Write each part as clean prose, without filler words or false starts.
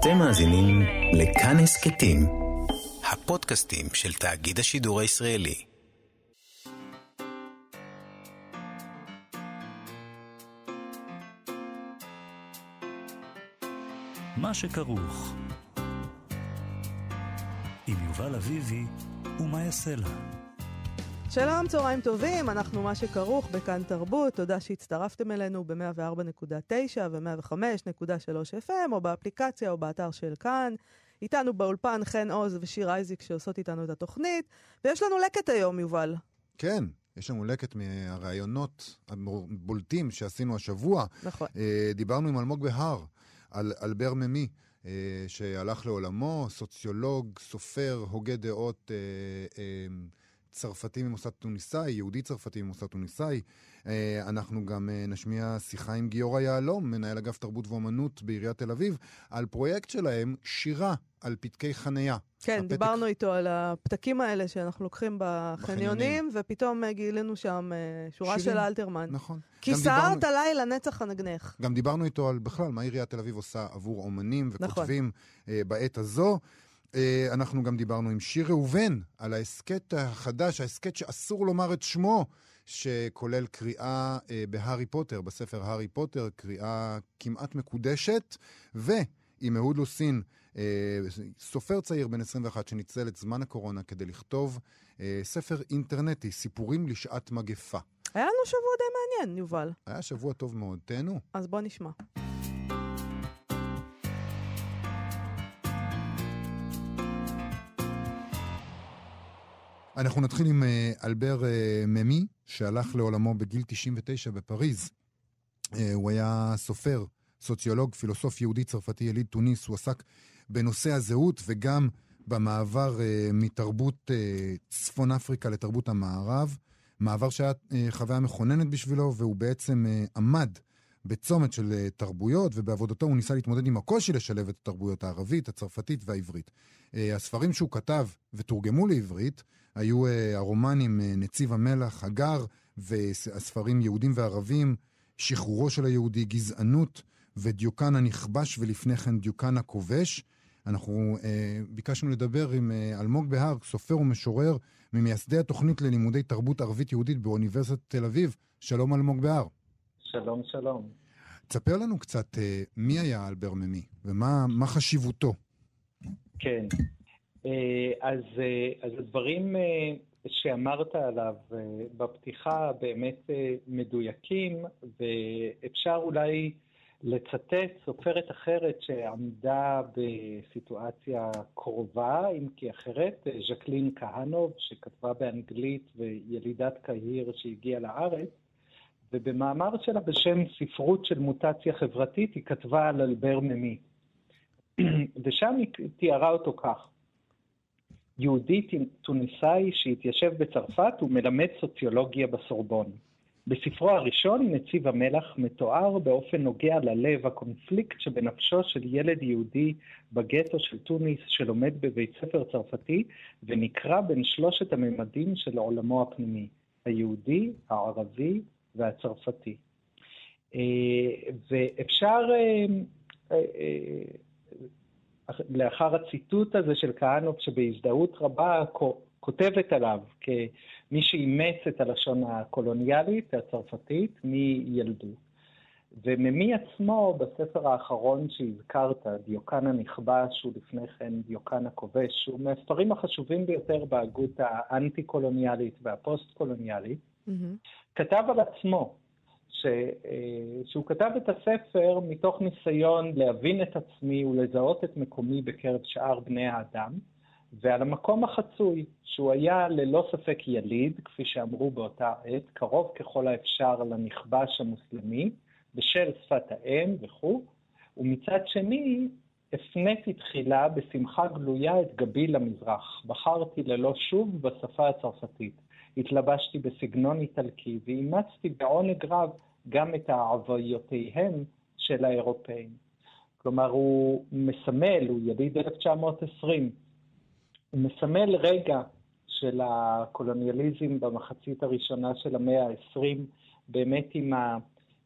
אתם מאזינים לכאן הסכתים, הפודקאסטים של תאגיד השידור הישראלי. מה שכרוך עם יובל אביבי ומה יעשה לה. שלום, צהריים טובים, אנחנו מה שכרוך בכאן תרבות. תודה שהצטרפתם אלינו ב-104.9 ו-105.3 FM, או באפליקציה או באתר של כאן. איתנו באולפן חן עוז ושיר אייזיק שעושות איתנו את התוכנית, ויש לנו לקט היום, יובל. כן, יש לנו לקט מהרעיונות הבולטים שעשינו השבוע. נכון. דיברנו עם אלמוג בהר על אלבר ממי, שהלך לעולמו, סוציולוג, סופר, הוגה דעות, צרפתי ממוסד טוניסאי, יהודי צרפתי ממוסד טוניסאי. אנחנו גם נשמיע שיחה עם גיורא יהלום, מנהל אגף תרבות ואומנות בעיריית תל אביב, על פרויקט שלהם, שירה על פתקי חניה. כן, דיברנו איתו על הפתקים האלה שאנחנו לוקחים בחניונים, ופתאום גילינו שם שורה של אלתרמן. נכון. כי סערת עליי לנצח הנגנך. גם דיברנו איתו על בכלל מה עיריית תל אביב עושה עבור אומנים וכותבים בעת הזו. אנחנו גם דיברנו עם שיר ראובן על העסקת החדש, העסקת שאסור לומר את שמו, שכולל קריאה בהארי פוטר, בספר הארי פוטר, קריאה כמעט מקודשת, ועם אהוד לוסין, סופר צעיר בן 21 שניצל את זמן הקורונה כדי לכתוב ספר אינטרנטי, סיפורים לשעת מגפה. היה לנו שבוע די מעניין, יובל. היה שבוע טוב מאוד, תהנו. אז בוא נשמע. אנחנו נתחיל עם אלבר ממי, שהלך לעולמו בגיל 99 בפריז. הוא היה סופר, סוציולוג, פילוסוף יהודי צרפתי יליד טוניס. הוא עסק בנושא הזהות וגם במעבר מתרבות צפון אפריקה לתרבות המערב. מעבר שהיה חוויה מכוננת בשבילו, והוא בעצם עמד בצומת של תרבויות, ובעבודתו הוא ניסה להתמודד עם הקושי לשלב את התרבויות הערבית, הצרפתית והעברית. הספרים שהוא כתב ותורגמו לעברית היו הרומנים נציב המלח, הגר, והספרים יהודים וערבים, שחרורו של היהודי, גזענות ודיוקן הנכבש, ולפני כן דיוקן הכובש. אנחנו ביקשנו לדבר עם אלמוג בהר, סופר ומשורר, ממייסדי התוכנית ללימודי תרבות ערבית יהודית באוניברסיטת תל אביב. שלום אלמוג בהר. שלום, שלום. תספר לנו קצת מי היה אלבר ממי ומה חשיבותו. כן. אז הדברים שאמרת עליו בפתיחה באמת מדויקים, ואפשר אולי לצטט סופרת אחרת שעמדה בסיטואציה קרובה, אם כי אחרת, ז'קלין כהנוב, שכתבה באנגלית וילידת קהיר שהגיעה לארץ, ובמאמר שלה בשם ספרות של מוטציה חברתית היא כתבה על אלבר ממי. ושם היא תיארה אותו כך: יהודי טוניסאי שהתיישב בצרפת ומלמד סוציולוגיה בסורבון. בספרו הראשון, נציב המלח, מתואר באופן נוגע ללב הקונפליקט שבנפשו של ילד יהודי בגטו של טוניס שלומד בבית ספר צרפתי ונקרא בין שלושת הממדים של עולמו הפנימי, היהודי, הערבי והצרפתי. ואפשר לאחר הציטוט הזה של כהנוב שבהזדהות רבה כותבת עליו כמי שאימץ את הלשון הקולוניאלית הצרפתית מילדות. וממי עצמו בספר האחרון שהזכרת, דיוקן הנכבש ולפני כן דיוקן הכובש, הוא מהספרים החשובים ביותר בהגות האנטי-קולוניאלית והפוסט-קולוניאלית, כתב על עצמו שהוא כתב את הספר מתוך ניסיון להבין את עצמי ולזהות את מקומי בקרב שאר בני האדם, ועל המקום החצוי שהוא היה ללא ספק יליד, כפי שאמרו באותה עת, קרוב ככל האפשר לנכבש המוסלמי, בשל שפת האם וכו', ומצד שני הפניתי תחילה בשמחה גלויה את גבי למזרח, בחרתי ללא שוב בשפה הצרפתית, התלבשתי בסגנון איטלקי ואימצתי בעונג רב גם את הערביותיהם של האירופאים. כלומר, הוא מסמל, הוא יליד 1920, הוא מסמל רגע של הקולוניאליזם במחצית הראשונה של המאה ה-20, באמת עם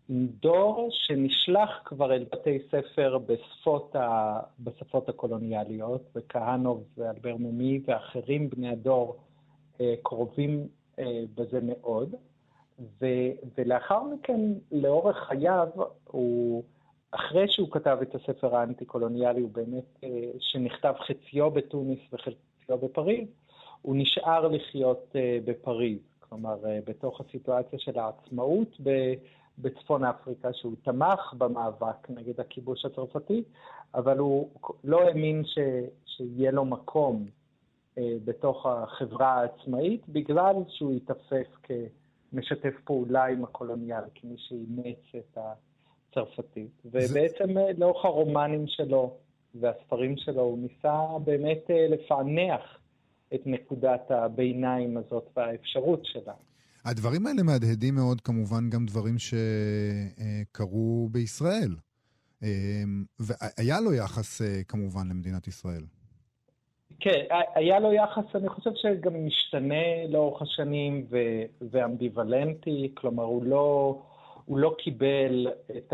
דור שנשלח כבר אל בתי ספר בשפות הקולוניאליות, וכהנוב ואלבר ממי ואחרים בני הדור קרובים בזה מאוד, ולאחר מכן, לאורך חייו, אחרי שהוא כתב את הספר האנטי-קולוניאלי, הוא באמת, שנכתב חציו בתוניס וחציו בפריז, הוא נשאר לחיות בפריז, כלומר, בתוך הסיטואציה של העצמאות בצפון אפריקה, שהוא תמך במאבק נגד הכיבוש הצרפתי, אבל הוא לא האמין שיהיה לו מקום בתוך החברה העצמאית, בגלל שהוא יתפס כמשתף פעולה עם הקולוניאל, כמי שאימץ את הצרפתית. ובעצם לאורך הרומנים שלו והספרים שלו, הוא ניסה באמת לפענח את נקודת הביניים הזאת והאפשרות שלה. הדברים האלה מהדהדים מאוד, כמובן, גם דברים שקרו בישראל. והיה לו יחס, כמובן, למדינת ישראל. כן, היה לו יחס, אני חושב שגם משתנה לאורך השנים ואמביוולנטי, כלומר, הוא לא קיבל את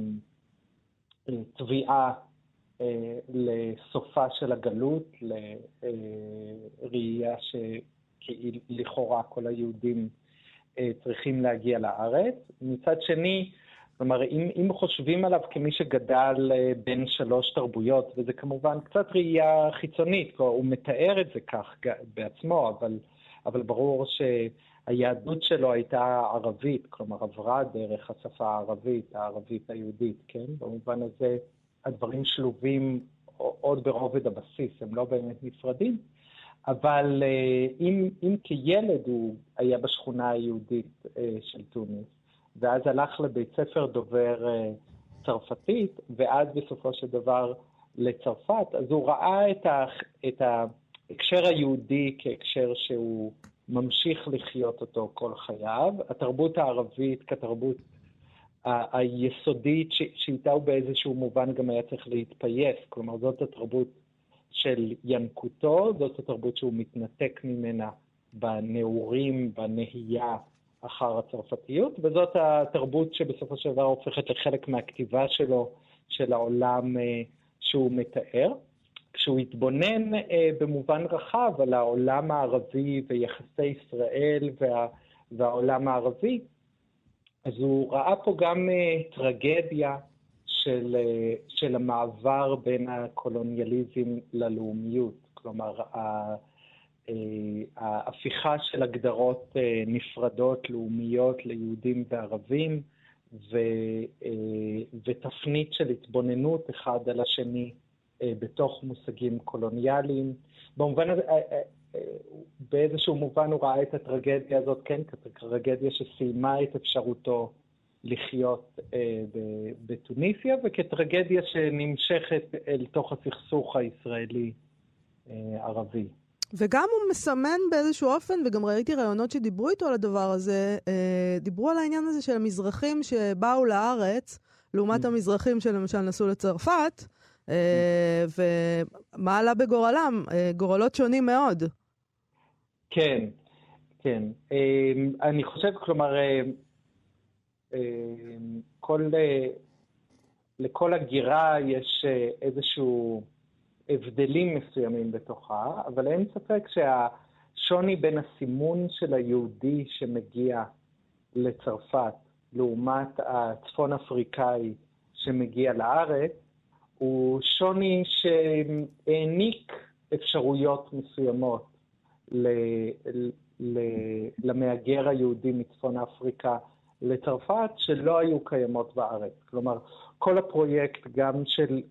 התביעה לסופה של הגלות, לראייה שלכאורה כל היהודים צריכים להגיע לארץ. מצד שני, כלומר, אם חושבים עליו כמי שגדל בין 3 תרבויות, וזה כמובן קצת ראייה חיצונית, הוא מתאר את זה כך בעצמו, אבל ברור שהיהדות שלו הייתה ערבית, כלומר עברה דרך השפה הערבית היהודית, כן? במובן הזה הדברים שלובים עוד ברובד הבסיס, הם לא באמת נפרדים, אבל אם כילד הוא היה בשכונה היהודית של תוניס, ואז הלך לבית ספר דובר צרפתית, ואז בסופו של דבר לצרפת, אז הוא ראה את ההקשר היהודי כהקשר שהוא ממשיך לחיות אותו כל חייו. התרבות הערבית כתרבות היסודית שאיתה הוא באיזשהו מובן גם היה צריך להתפייס, כלומר זאת התרבות של ינקותו, זאת התרבות שהוא מתנתק ממנה בנעורים, בנהייה אחר הצרפתיות, וזאת התרבות שבסופו של דבר הופכת לחלק מהכתיבה שלו, של העולם שהוא מתאר. כשהוא התבונן במובן רחב על העולם הערבי ויחסי ישראל והעולם הערבי, אז הוא ראה פה גם טרגדיה של המעבר בין הקולוניאליזם ללאומיות, כלומר ההפיכה של הגדרות נפרדות לאומיות ליהודים וערבים, ותפנית של התבוננות אחד על השני בתוך מושגים קולוניאליים. במובן הזה, באיזשהו מובן הוא ראה את הטרגדיה הזאת, כן, כטרגדיה שסיימה את אפשרותו לחיות בתוניסיה, וכטרגדיה שנמשכת אל תוך הסכסוך הישראלי-ערבי. וגם הוא מסמן באיזשהו אופן, וגם ראיתי רעיונות שדיברו איתו על הדבר הזה, דיברו על העניין הזה של המזרחים שבאו לארץ, לעומת המזרחים שלמשל נסעו לצרפת, ומה עלה בגורלם? גורלות שונים מאוד. כן, כן. אני חושב, כלומר, לכל הגירה יש איזשהו הבדלים מסוימים בתוכה, אבל אין ספק שהשוני בין הסימון של היהודי שמגיע לצרפת, לעומת הצפון אפריקאי שמגיע לארץ, הוא שוני שהעניק אפשרויות מסוימות למהגר היהודי מצפון אפריקה לצרפת, שלא היו קיימות בארץ. כלומר, כל הפרויקט גם של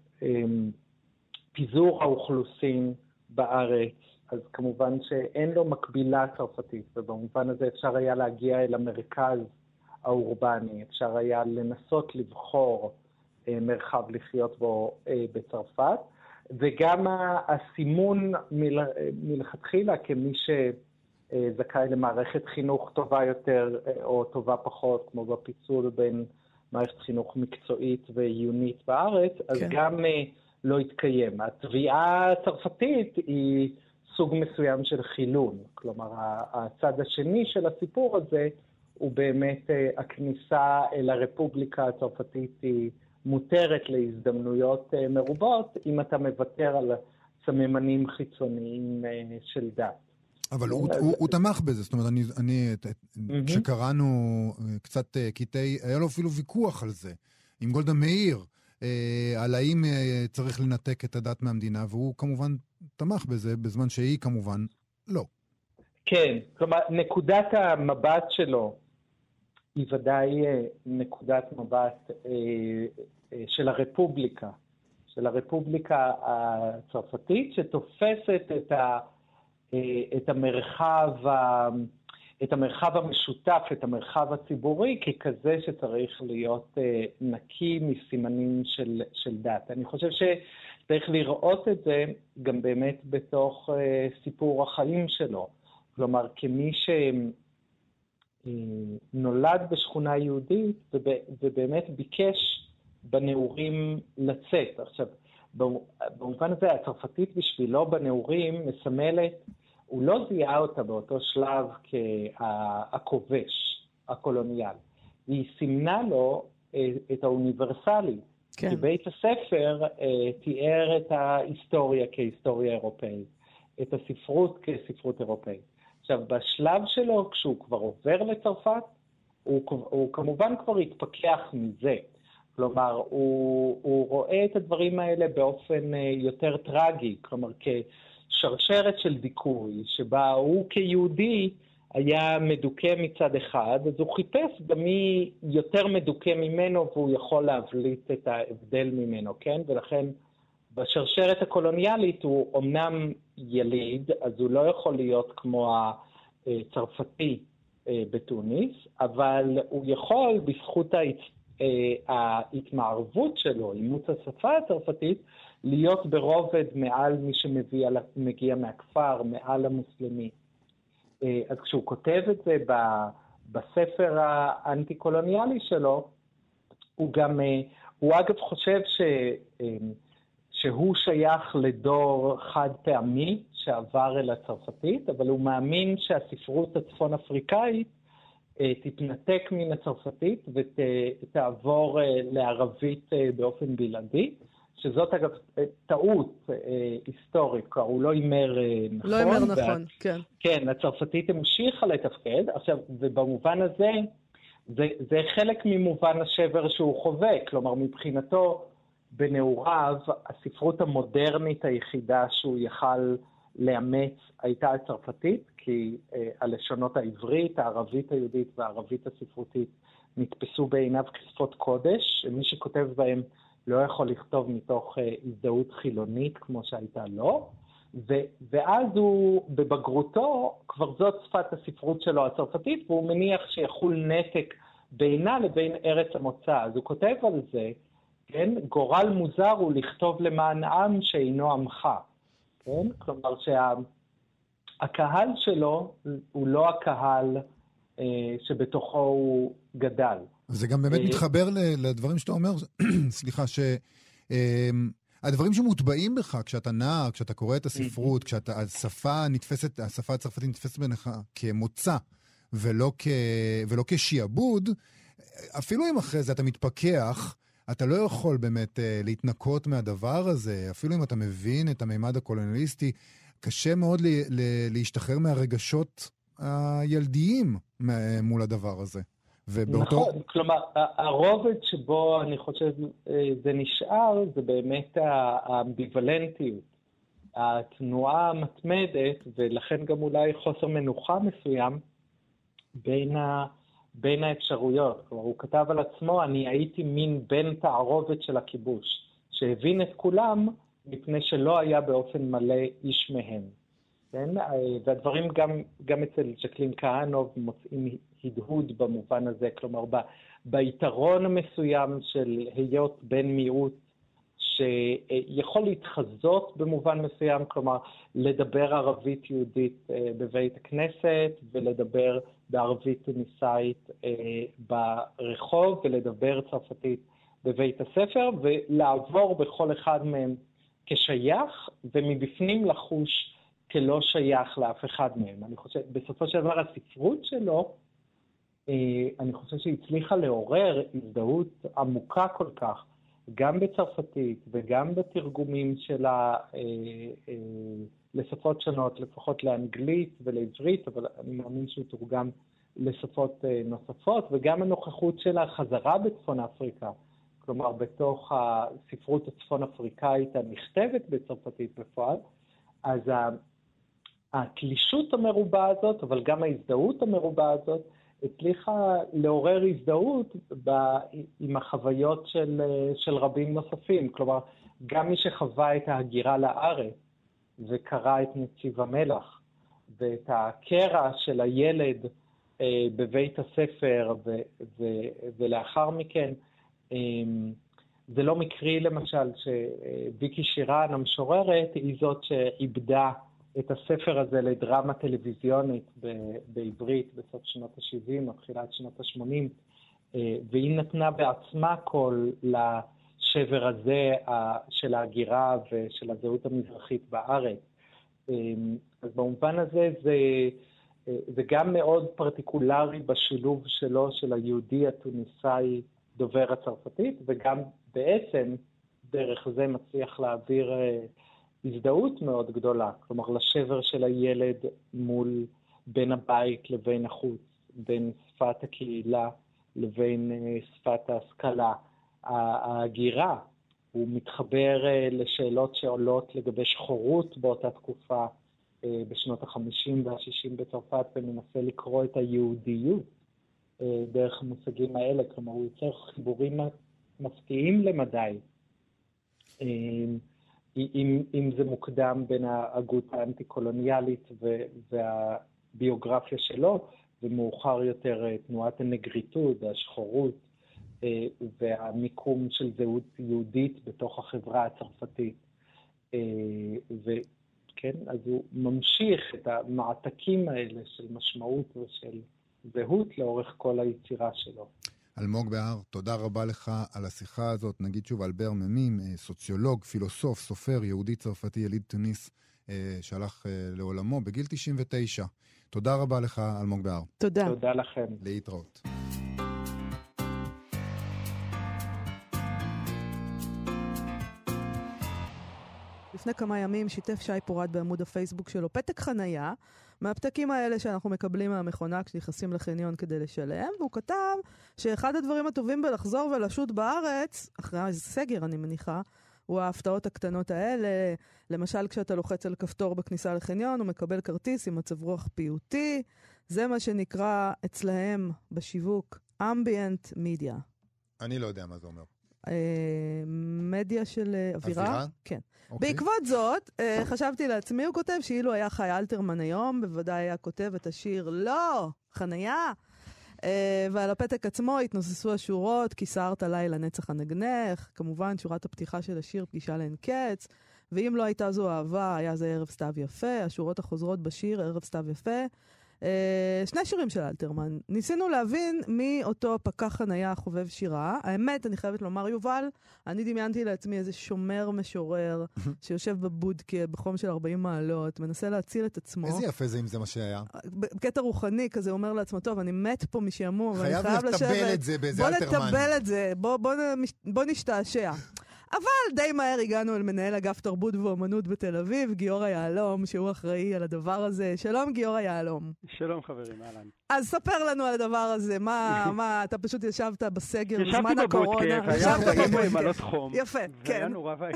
פיזור האוכלוסין בארץ, אז כמובן שאין לו מקבילה צרפתית, ובמובן הזה אפשר היה להגיע אל המרכז האורבני, אפשר היה לנסות לבחור מרחב לחיות בו בצרפת, וגם הסימון מלכתחילה כמי שזכאי למערכת חינוך טובה יותר או טובה פחות, כמו בפיצול בין מערכת חינוך מקצועית ועיונית בארץ, אז כן. גם לא התקיים. התביעה הצרפתית היא סוג מסוים של חילון, כלומר הצד השני של הסיפור הזה הוא באמת הכניסה אל הרפובליקה הצרפתית היא מותרת להזדמנויות מרובות, אם אתה מוותר על סממנים חיצוניים של דת. אבל הוא תמך בזה, זאת אומרת, כשקראנו קצת קטעי, היה לו אפילו ויכוח על זה, עם גולדה מאיר, על האם צריך לנתק את הדת מהמדינה, והוא כמובן תמך בזה, בזמן שהיא כמובן לא. כן, כלומר, נקודת המבט שלו היא ודאי נקודת מבט של הרפובליקה הצרפתית, שתופסת את המרחב המשותף, את המרחב הציבורי, ככזה שצריך להיות נקי מסימנים של דת. אני חושב שצריך לראות את זה גם באמת בתוך סיפור החיים שלו. כלומר, כמי שנולד בשכונה יהודית ובאמת ביקש בנעורים לצאת. עכשיו, במובן הזה הצרפתית בשבילו בנעורים מסמלת, הוא לא זיהה אותה באותו שלב כהכובש, הקולוניאל. היא סימנה לו את האוניברסלי. כן. כי בית הספר תיאר את ההיסטוריה כהיסטוריה אירופאית, את הספרות כספרות אירופאית. עכשיו, בשלב שלו, כשהוא כבר עובר לצרפת, הוא כמובן כבר התפכח מזה. כלומר, הוא רואה את הדברים האלה באופן יותר טרגי, כלומר, כשרשרת של דיכוי, שבה הוא כיהודי היה מדוכא מצד אחד, אז הוא חיפש במי יותר מדוכא ממנו, והוא יכול להבליט את ההבדל ממנו, כן? ולכן, בשרשרת הקולוניאלית הוא אומנם יליד, אז הוא לא יכול להיות כמו הצרפתי בתוניס, אבל הוא יכול, בזכות ההתמערבות שלו, אימוץ השפה הצרפתית, להיות ברובד מעל מי שמגיע מהכפר, מעל המוסלמי. אז כשהוא כותב את זה בספר האנטי-קולוניאלי שלו, הוא אגב חושב שהוא שייך לדור חד פעמי שעבר אל הצרפתית, אבל הוא מאמין שהספרות הצפון אפריקאית תתנתק מן הצרפתית ותעבור לערבית באופן בלעדי, שזאת אגב טעות היסטורית, כבר הוא לא אימר נכון. לא אימר נכון, כן. כן, הצרפתית המשיכה לתפקד, עכשיו, ובמובן הזה, זה חלק ממובן השבר שהוא חווה, כלומר מבחינתו בנעוריו, הספרות המודרנית היחידה שהוא יכל לאמץ הייתה הצרפתית, כי הלשונות העברית, הערבית היהודית והערבית הספרותית נתפסו בעיניו כשפות קודש, מי שכותב בהם לא יכול לכתוב מתוך הזדהות חילונית כמו שהייתה לו, ואז הוא בבגרותו, כבר זאת שפת הספרות שלו הצרפתית, והוא מניח שיחול נתק בינה לבין ארץ המוצא. אז הוא כותב על זה, כן? גורל מוזר הוא לכתוב למען עם שאינו עמך. כן? כלומר שהקהל שלו הוא לא הקהל שבתוכו הוא גדל. זה גם באמת מתחבר לדברים שאתה אומר, סליחה, הדברים שמוטבעים בך כשאתה נער, כשאתה קורא את הספרות, כשהשפה הצרפתית נתפסת בינך כמוצא ולא כשיעבוד, אפילו אם אחרי זה אתה מתפכח, אתה לא יכול באמת להתנקות מהדבר הזה, אפילו אם אתה מבין את המימד הקולוניאליסטי, קשה מאוד להשתחרר מהרגשות הילדיים מול הדבר הזה. נכון, כלומר, הרובד שבו אני חושב זה נשאר, זה באמת האמביוולנטיות, התנועה המתמדת, ולכן גם אולי חוסר מנוחה מסוים בין האפשרויות. כלומר, הוא כתב על עצמו, אני הייתי מין בן תערובת של הכיבוש, שהבין את כולם מפני שלא היה באופן מלא איש מהם. כן? והדברים גם אצל ז'קלין כהנוב מוצאים הדהוד במובן הזה, כלומר ביתרון המסוים של היות בן מיעוט שיכול להתחזות במובן מסוים, כלומר לדבר ערבית יהודית בבית הכנסת ולדבר בערבית תוניסאית ברחוב ולדבר צרפתית בבית הספר ולעבור בכל אחד מהם כשייך ומבפנים לחוש כלא שייך לאף אחד מהם. אני חושב, בסופו של דבר הספרות שלו אני חושב שהיא הצליחה לעורר הזדהות עמוקה כל כך, גם בצרפתית וגם בתרגומים שלה לשפות שונות, לפחות לאנגלית ולעברית, אבל אני מאמין שהוא תורגם לשפות נוספות, וגם הנוכחות שלה חזרה בצפון אפריקה, כלומר בתוך הספרות הצפון אפריקאית הנכתבת בצרפתית בפועל, אז התלישות המרובה הזאת, אבל גם ההזדהות המרובה הזאת, הצליחה לעורר הזדהות עם החוויות של רבים נוספים. כלומר, גם מי שחווה את ההגירה לארץ וקרא את נציב המלח, ואת הקרע של הילד בבית הספר, ולאחר מכן, זה לא מקרי למשל שוויקי שירן המשוררת היא זאת שאיבדה את הספר הזה לדרמה טלוויזיונית בעברית בסוף שנות ה-70 או תחילת שנות ה-80, והיא נתנה בעצמה קול לשבר הזה של ההגירה ושל הזהות המזרחית בארץ. אז במובן הזה זה גם מאוד פרטיקולרי בשילוב שלו של היהודי התוניסאי דובר הצרפתית, וגם בעצם דרך זה מצליח להעביר הזדהות מאוד גדולה, כלומר לשבר של הילד מול בין הבית לבין החוץ, בין שפת הקהילה לבין שפת ההשכלה. ההגירה, הוא מתחבר לשאלות שעולות לגבי שחורות באותה תקופה בשנות ה-50 וה-60 בצרפת, ומנסה לקרוא את היהודיות דרך המושגים האלה, כלומר הוא יוצר חיבורים מפתיעים למדי. אם זה מוקדם בין ההגות האנטי-קולוניאלית והביוגרפיה שלו, ומאוחר יותר תנועת הנגריטוד, השחורות, והמיקום של זהות יהודית בתוך החברה הצרפתית. וכן, אז הוא ממשיך את המעתקים האלה של משמעות ושל זהות לאורך כל היצירה שלו. אלמוג בהר, תודה רבה לך על השיחה הזאת. נגיד שוב, אלבר ממים, סוציולוג, פילוסוף, סופר, יהודי צרפתי, יליד תוניס, שהלך לעולמו בגיל 99. תודה רבה לך, אלמוג בהר. תודה. תודה לכם. להתראות. לפני כמה ימים שיתף שי פורת בעמוד הפייסבוק שלו פתק חנייה, מהפתקים האלה שאנחנו מקבלים מהמכונה כשנכנסים לחניון כדי לשלם, והוא כתב שאחד הדברים הטובים בלחזור ולשוט בארץ, אחרי הסגר אני מניחה, הוא ההפתעות הקטנות האלה. למשל כשאתה לוחץ על כפתור בכניסה לחניון, הוא מקבל כרטיס עם מצב רוח פיוטי, זה מה שנקרא אצלהם בשיווק אמביאנט מדיה. אני לא יודע מה זה אומר. מדיה של אווירה? אווירה? כן. Okay. בעקבות זאת, חשבתי לעצמי, הוא כותב שאילו היה חי אלתרמן היום, בוודאי היה כותב את השיר לא, חנייה. ועל הפתק עצמו התנוססו השורות, כיסרת לילה נצח הנגנך, כמובן שורת הפתיחה של השיר פגישה לאין קץ, ואם לא הייתה זו אהבה, היה זה ערב סתיו יפה, השורות החוזרות בשיר ערב סתיו יפה, שני שירים של אלתרמן. ניסינו להבין מי אותו פקח חנייה חובב שירה. האמת, אני חייבת לומר, יובל, אני דמיינתי לעצמי איזה שומר משורר שיושב בבודקה בחום של 40 מעלות, מנסה להציל את עצמו. איזה יפה זה אם זה מה שהיה. בקטע רוחני כזה, אומר לעצמו, טוב, אני מת פה משעמום, ואני חייב לשבת. חייב לטבל את זה באיזה אלתרמן. בוא נטבל את זה, בוא נשתעשע. אבל די מהר הגענו אל מנהל אגף תרבות ואומנות בתל אביב, גיורא יהלום, שהוא אחראי על הדבר הזה. שלום גיורא יהלום. שלום חברים, אהלן. אז ספר לנו על הדבר הזה, מה, אתה פשוט ישבת בסגר בזמן הקורונה. ישבתי בבודקה, עם עלות חום. יפה, כן. והיה נורא ואי.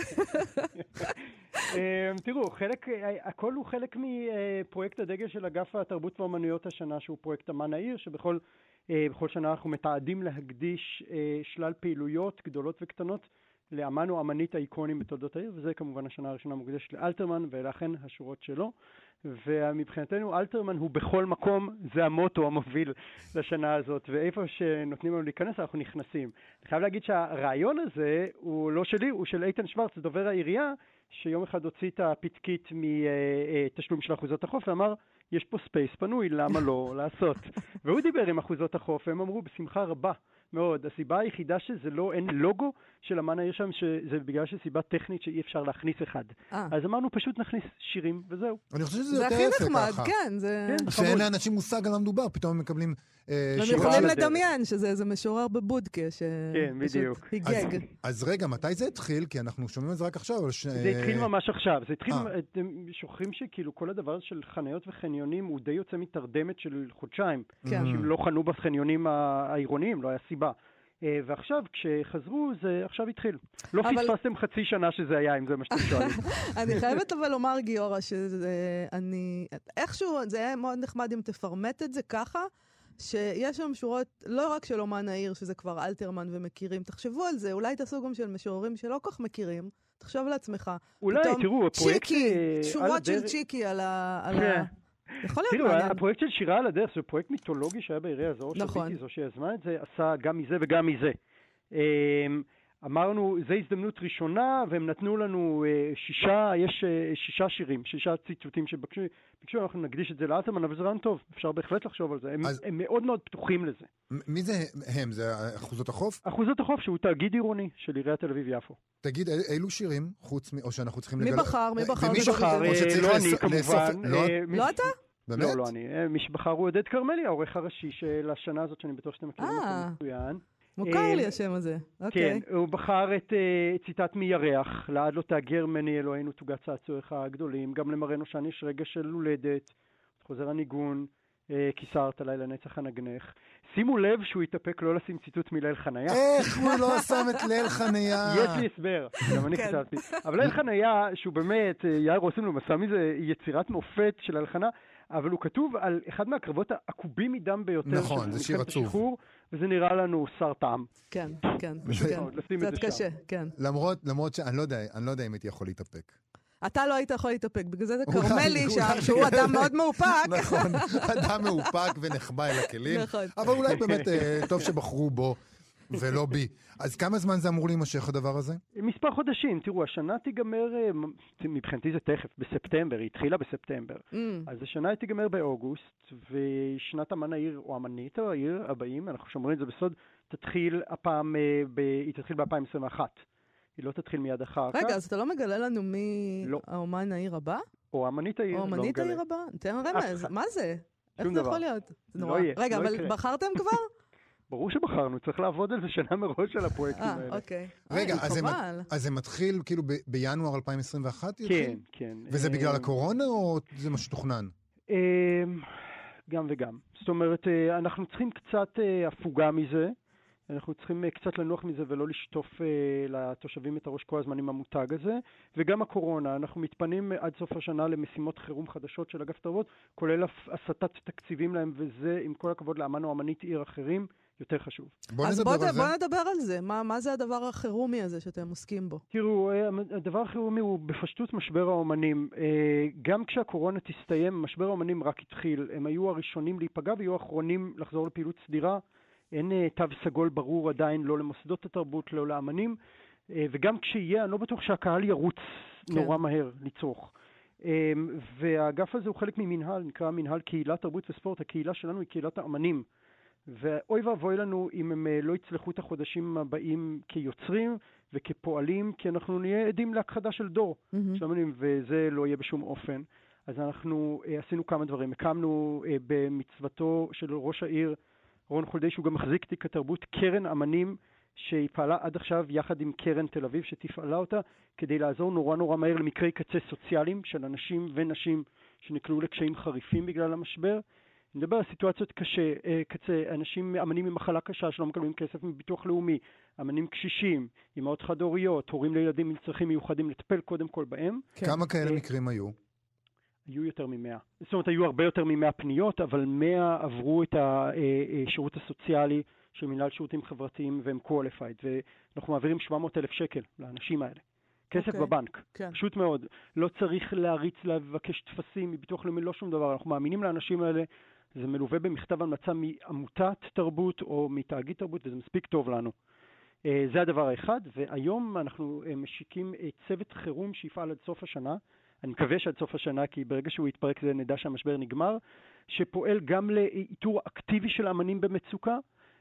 תראו, הכל הוא חלק מפרויקט הדגל של אגף התרבות והאומנויות השנה, שהוא פרויקט אמן העיר, שבכל שנה אנחנו מתעדים להקדיש שלל פעילויות גדולות וקטנות, לאמן או אמנית האיקונים בתולדות העיר, וזה כמובן השנה הראשונה מוקדשת לאלתרמן, ולכן השורות שלו. ומבחינתנו אלתרמן הוא בכל מקום, זה המוטו המוביל לשנה הזאת, ואיפה שנותנים לנו להיכנס אנחנו נכנסים. אני חייב להגיד שהרעיון הזה הוא לא שלי, הוא של איתן שוורץ, דובר העירייה, שיום אחד הוציא את הפתקית מתשלום של אחוזות החוף, ואמר, יש פה ספייס פנוי, למה לא לעשות? והוא דיבר עם אחוזות החוף, והם אמרו, בשמחה רבה, מאוד. הסיבה היחידה שזה לא, אין לוגו של אמן העיר שם, שזה בגלל שסיבה טכנית שאי אפשר להכניס אחד. אז אמרנו פשוט נכניס שירים, וזהו. אני חושב שזה זה יותר הכי יפה נחמד, ככה. כן. שאין לאנשים מושג על המדובר, פתאום הם מקבלים הם יכולים לדמיין שזה איזה משורר בבודקה, כן, בדיוק. היגג. אז רגע, מתי זה התחיל? כי אנחנו שומעים את זה רק עכשיו. זה התחיל ממש עכשיו. זה התחיל, אתם שוכחים שכאילו כל הדבר של חניות וחניונים הוא די יוצא מתרדמת של חודשיים. אנשים לא חנו בחניונים העירוניים, לא היה סיבה. ועכשיו, כשחזרו, זה עכשיו התחיל. לא פספסתם חצי שנה שזה היה, אם זה מה שאתם שואלים. אני חייבת אבל לומר, גיורא, איכשהו, זה היה מאוד נחמד אם תפרמט את זה ככה, שיש שם שורות, לא רק של אומן העיר, שזה כבר אלתרמן ומכירים, תחשבו על זה, אולי תעשו גם של משוררים שלא כך מכירים, תחשוב לעצמך. אולי, תראו, הפרויקט... שורות של צ'יקי על ה... יכול להיות תראו, מעניין. הפרויקט של שירה על הדרך, זה פרויקט מיתולוגי שהיה בעירייה הזו, שביטי זו שיזמה את זה, עשה גם מזה וגם מזה. אמרנו, זו הזדמנות ראשונה, והם נתנו לנו שישה שירים, 6 ציטוטים שביקשו, אנחנו נקדיש את זה לאלתרמן, אבל זה רעיון טוב, אפשר בהחלט לחשוב על זה, הם מאוד מאוד פתוחים לזה. מי זה הם? זה אחוזות החוף? אחוזות החוף, שהוא תאגיד עירוני של עיריית תל אביב יפו. תגיד, אילו שירים, חוץ או שאנחנו צריכים מי בחר? מי בחר? לא אני כמובן. לא אתה? באמת? לא אני. מי שבחר הוא עודד קרמלי, העורך הראשי של השנה הזאת, שאני בטוח שאתם מכירים אותו מצוין. מוכר לי השם הזה. כן, הוא בחר את ציטט מירח, לעד לא תאגר מני אלוהינו תוגת צעצועיך הגדולים, גם למראנו שאני יש רגע של הולדת, חוזר הניגון, כיסרת עליי לנצח הנגנך. שימו לב שהוא יתאפק לא לשים ציטוט מליל חניה. איך הוא לא שם את ליל חניה? יש לי הסבר, גם אני כתבתי. אבל ליל חניה, שהוא באמת, יאיר עושים לו מסע מזה יצירת מופת של ליל חניה, אבל הוא כתוב על אחד מהקרבות העקובים מדם ביותר. נכון, זה שיר עצוב. וזה נראה לנו שר טעם. כן, כן. קצת קשה, כן. למרות שאני לא יודע אם הייתי יכול להתאפק. אתה לא היית יכול להתאפק, בגלל זה קרמלי שהוא אדם מאוד מאופק. נכון, אדם מאופק ונחבא אל הכלים. אבל אולי באמת טוב שבחרו בו ולא בי. אז כמה זמן זה אמור להימשך הדבר הזה? מספר חודשים. תראו, השנה תיגמר, מבחינתי זה תכף, בספטמבר, היא התחילה בספטמבר. אז השנה היא תיגמר באוגוסט, ושנת אמן העיר, או אמנית העיר הבאים, אנחנו שומרים את זה בסוד, תתחיל ב-2021. היא לא תתחיל מיד אחר כך. רגע, אז אתה לא מגלה לנו מי האומן העיר הבא? או אמנית העיר, או אמנית העיר הבא? תן רמז, מה זה? איך זה יכול להיות? רגע, אבל בחרתם כבר? ברור שבחרנו, צריך לעבוד על זה שנה מראש על הפרויקטים האלה. אוקיי. רגע, אז זה מתחיל כאילו בינואר 2021? כן, כן. וזה בגלל הקורונה או זה מה שתוכנן? גם וגם. זאת אומרת, אנחנו צריכים קצת הפוגה מזה, אנחנו צריכים קצת לנוח מזה ולא לשטוף לתושבים את הראש כל הזמן עם המותג הזה, וגם הקורונה, אנחנו מתפנים עד סוף השנה למשימות חירום חדשות של אגף תרבות, כולל הסטת תקציבים להם, וזה עם כל הכבוד לאמן או אמנית עיר אחרים, יותר חשוב. אז בוא נדבר על זה. מה זה הדבר החירומי הזה שאתם עוסקים בו? תראו, הדבר החירומי הוא בפשטות משבר האומנים. גם כשהקורונה תסתיים, משבר האומנים רק התחיל. הם היו הראשונים להיפגע ויהיו האחרונים לחזור לפעילות סדירה. אין תו סגול ברור עדיין, לא למוסדות התרבות, לא לאמנים. וגם כשיהיה, אני לא בטוח שהקהל ירוץ נורא מהר לצרוך. והאגף הזה הוא חלק ממנהל, נקרא מנהל קהילת תרבות וספורט. הקהילה שלנו היא קהילת האמנים. ואוי ואבוי לנו אם הם לא יצלחו את החודשים הבאים כיוצרים וכפועלים, כי אנחנו נהיה עדים להכחדה של דור שלמנים, וזה לא יהיה בשום אופן. אז אנחנו עשינו כמה דברים. הקמנו במצוותו של ראש העיר רון חולדי, שהוא גם מחזיק תיק התרבות, קרן אמנים שהיא פעלה עד עכשיו יחד עם קרן תל אביב שתפעלה אותה, כדי לעזור נורא מהר למקרי קצה סוציאליים של אנשים ונשים שנקלעו לקשיים חריפים בגלל המשבר. נדבר על סיטואציות קצה, אנשים, אמנים ממחלה קשה שלא מקבלים כסף מביטוח לאומי, אמנים קשישים, אמהות חד-הוריות, הורים לילדים עם צרכים מיוחדים, לטפל קודם כל בהם. כמה כאלה מקרים היו? היו יותר מ-100. זאת אומרת, היו הרבה יותר מ-100 פניות, אבל 100 עברו את השירות הסוציאלי של מנהל שירותים חברתיים והם qualified, ואנחנו מעבירים 700,000 שקל לאנשים האלה. כסף בבנק, פשוט מאוד. לא צריך להריץ לבקש תפסים מביטוח לאומי, לא שום דבר. אנחנו מאמינים לאנשים האלה, זה מלווה במכתב המלצה מעמותת תרבות או מתאגיד תרבות, וזה מספיק טוב לנו. זה הדבר האחד, והיום אנחנו משיקים צוות חירום שיפעל עד סוף השנה, אני מקווה שעד סוף השנה, כי ברגע שהוא יתפרק זה נדע שהמשבר נגמר, שפועל גם לאיתור אקטיבי של אמנים במצוקה,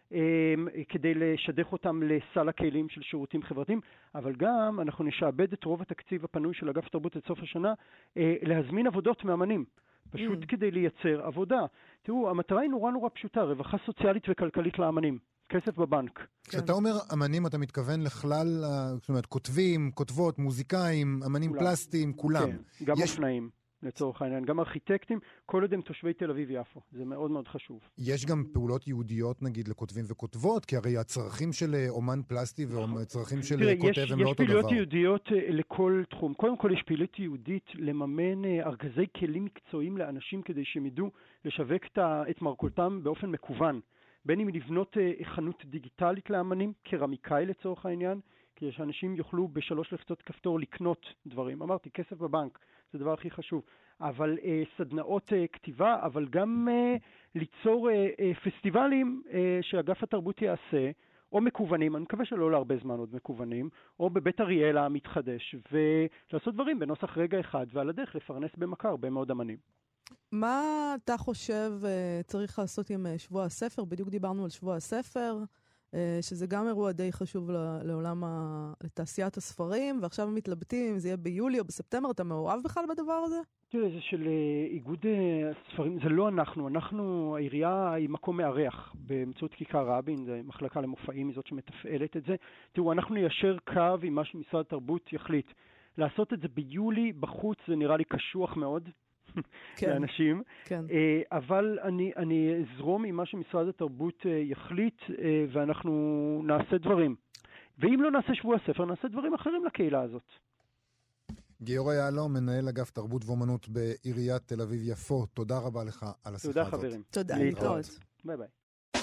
כדי לשדך אותם לסל הכלים של שירותים חברתיים, אבל גם אנחנו נשעבד את רוב התקציב הפנוי של אגף התרבות עד סוף השנה להזמין עבודות מאמנים, פשוט כדי לייצר עבודה. תראו, המטרה היא נורא פשוטה, רווחה סוציאלית וכלכלית לאמנים. כסף בבנק. כשאתה אומר אמנים, אתה מתכוון לכלל, זאת אומרת, כותבים, כותבות, מוזיקאים, אמנים פלסטיים, כולם. כן, גם אופנאים, לצורך העניין, גם ארכיטקטים, כל עוד הם תושבי תל אביב יפו. זה מאוד מאוד חשוב. יש גם פעולות יהודיות, נגיד, לכותבים וכותבות, כי הרי הצרכים של אומן פלסטי והצרכים של כותב הם לא אותו דבר. יש פעילויות יהודיות לכל תחום. קודם כל, יש פעילות יהודית לממן ארגזי כלים מקצועיים לאנשים כדי שהם ידעו לשווק את מרכולתם באופן מקוון. בין אם לבנות חנות דיגיטלית לאמנים, קרמיקאי לצורך העניין, כדי שאנשים יוכלו בשלוש לחצות כפתור לקנות דברים. אמרתי, כסף בבנק, זה הדבר הכי חשוב. אבל סדנאות כתיבה, אבל גם ליצור פסטיבלים שאגף התרבות יעשה, או מקוונים, אני מקווה שלא להרבה זמן עוד מקוונים, או בבית אריאלה המתחדש, ולעשות דברים בנוסח רגע אחד, ועל הדרך לפרנס במכה הרבה מאוד אמנים. מה אתה חושב צריך לעשות עם שבוע הספר? בדיוק דיברנו על שבוע הספר, שזה גם אירוע די חשוב לעולם, לתעשיית הספרים, ועכשיו מתלבטים אם זה יהיה ביולי או בספטמבר. אתה מעורב בכלל בדבר הזה? תראה, זה של איגוד הספרים, זה לא אנחנו, העירייה היא מקום מארח באמצעות כיכר רבין, זה מחלקה למופעים, היא זאת שמתפעלת את זה. תראו, אנחנו ניישר קו עם מה שמשרד התרבות יחליט. לעשות את זה ביולי בחוץ זה נראה לי קשוח מאוד. כן, לאנשים, כן. אבל אני אזרום עם מה שמשרד התרבות יחליט, ואנחנו נעשה דברים. ואם לא נעשה שבוע הספר, נעשה דברים אחרים לקהילה הזאת. גיורא יהלום, מנהל אגף תרבות ואומנות בעיריית תל אביב-יפו, תודה רבה לך על השיחה הזאת. תודה חברים. תודה, להתראות. ביי ביי.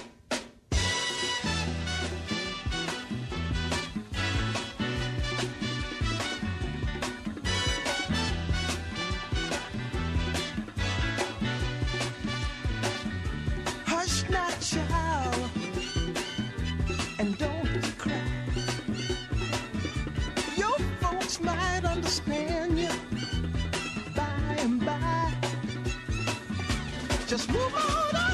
Just move on up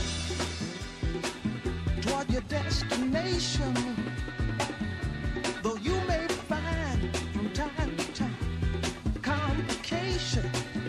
toward your destination. Though you may find from time to time complication.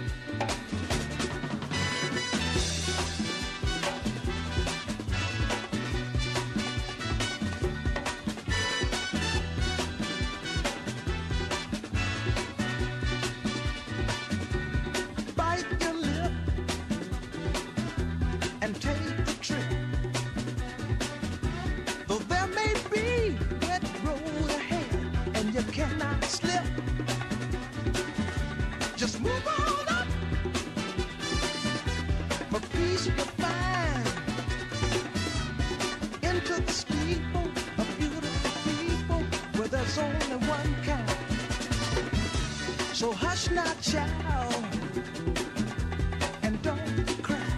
So hush not, child, and don't cry.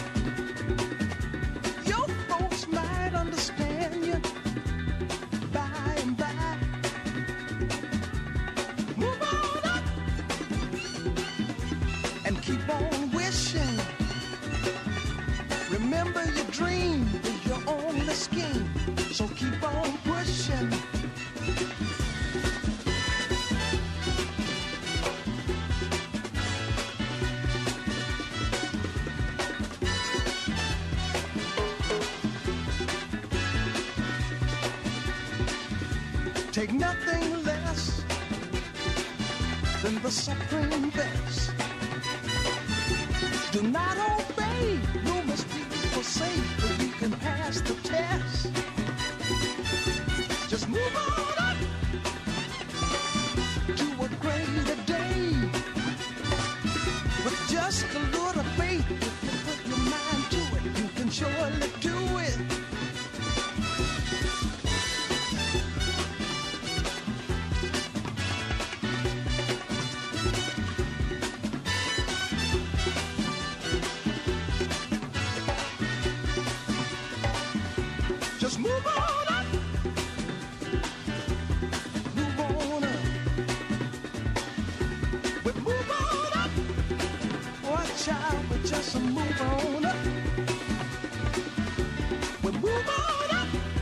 Your folks might understand you by and by. Move on up and keep on wishing. Remember your dream is your only scheme, so keep on pushing. Take nothing less than the supreme best. Do not obey, you must be forsake, but you can pass the test. Just move on up to a greater day. With just a little faith, if you put your mind to it, you can surely do it. Just move on up. Move on up. We move on up. Watch out, we just move on up. We move on up.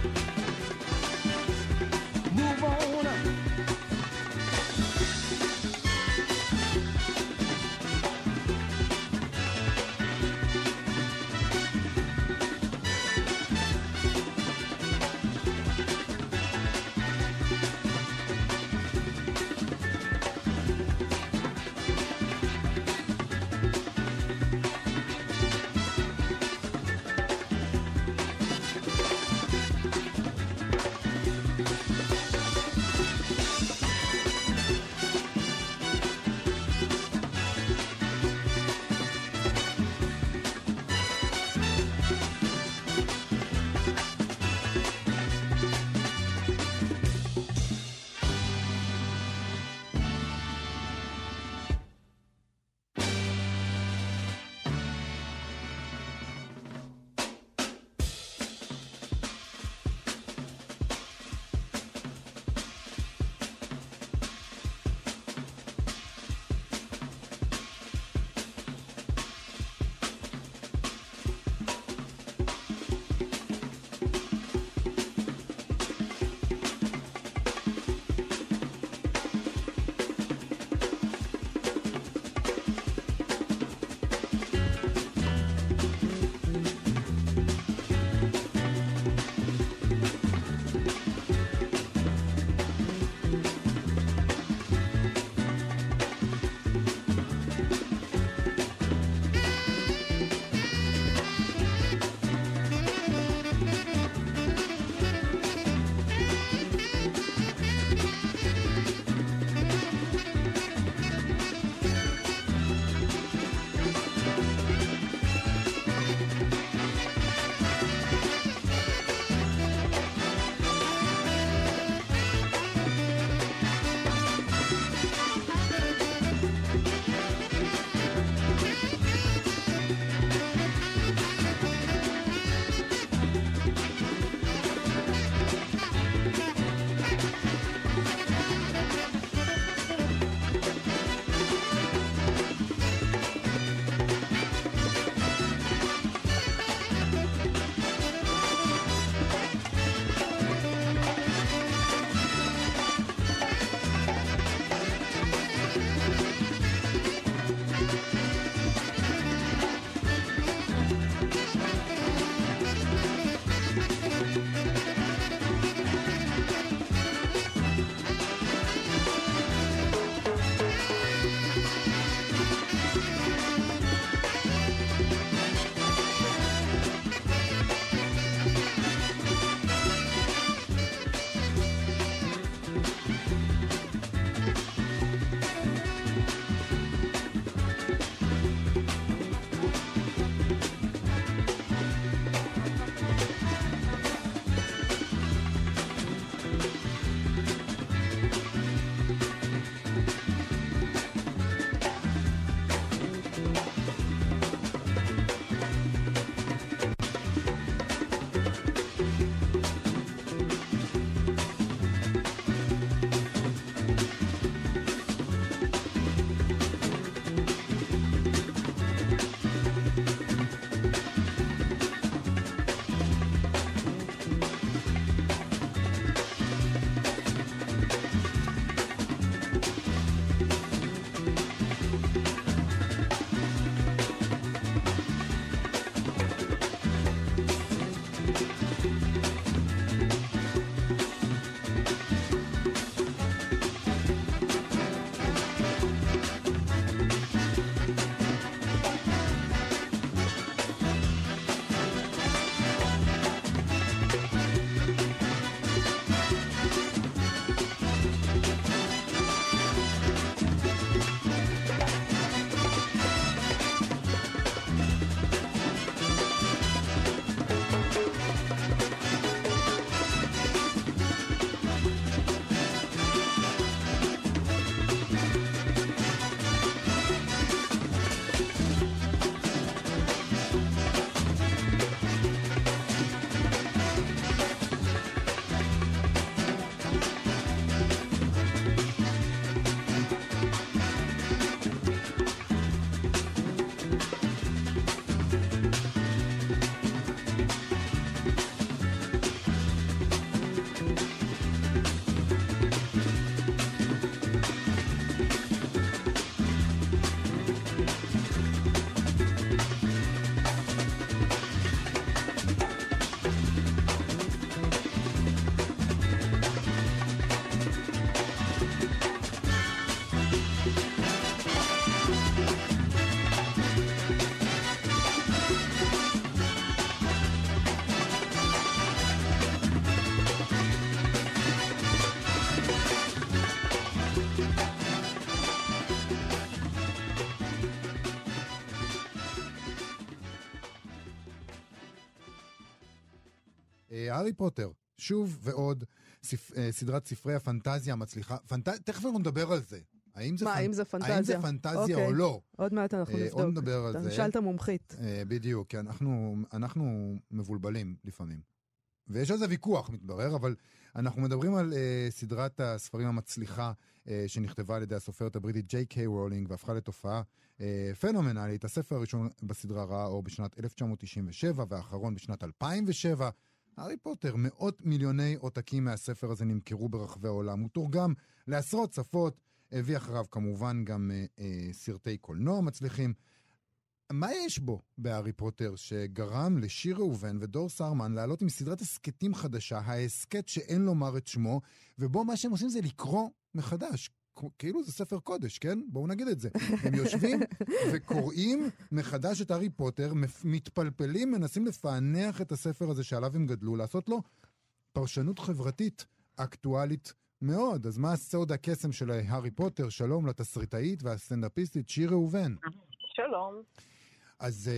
הארי פוטר, שוב ועוד סדרת ספרי הפנטזיה המצליחה. תכף אנחנו נדבר על זה. האם זה פנטזיה? האם זה פנטזיה או לא? עוד מעט אנחנו נבדוק. עוד נדבר על זה. שאלת מומחית. בדיוק, כי אנחנו מבולבלים לפעמים. ויש על זה ויכוח, מתברר, אבל אנחנו מדברים על סדרת הספרים המצליחה שנכתבה על ידי הסופרת הבריטית ג'יי קיי רולינג, והפכה לתופעה פנומנלית. הספר הראשון בסדרה ראה אור בשנת 1997, והאחרון בשנת 2007. הארי פוטר, 100 מיליוני עותקים מהספר הזה נמכרו ברחבי העולם. הוא תורגם לעשרות שפות, הביא אחריו כמובן גם סרטי קולנוע מצליחים. מה יש בו בהארי פוטר שגרם לשיר ראובן ודור סרמן לעלות עם סדרת הסקטים חדשה, ההסקט שאין לומר את שמו, ובו מה שהם עושים זה לקרוא מחדש, כאילו זה ספר קודש, כן? בואו נגיד את זה. הם יושבים וקוראים מחדש את הארי פוטר, מתפלפלים, מנסים לפענח את הספר הזה שעליו הם גדלו, לעשות לו פרשנות חברתית אקטואלית מאוד. אז מה סוד הקסם של הארי פוטר? שלום לתסריטאית והסטנדאפיסטית שיר ראובן. שלום. אז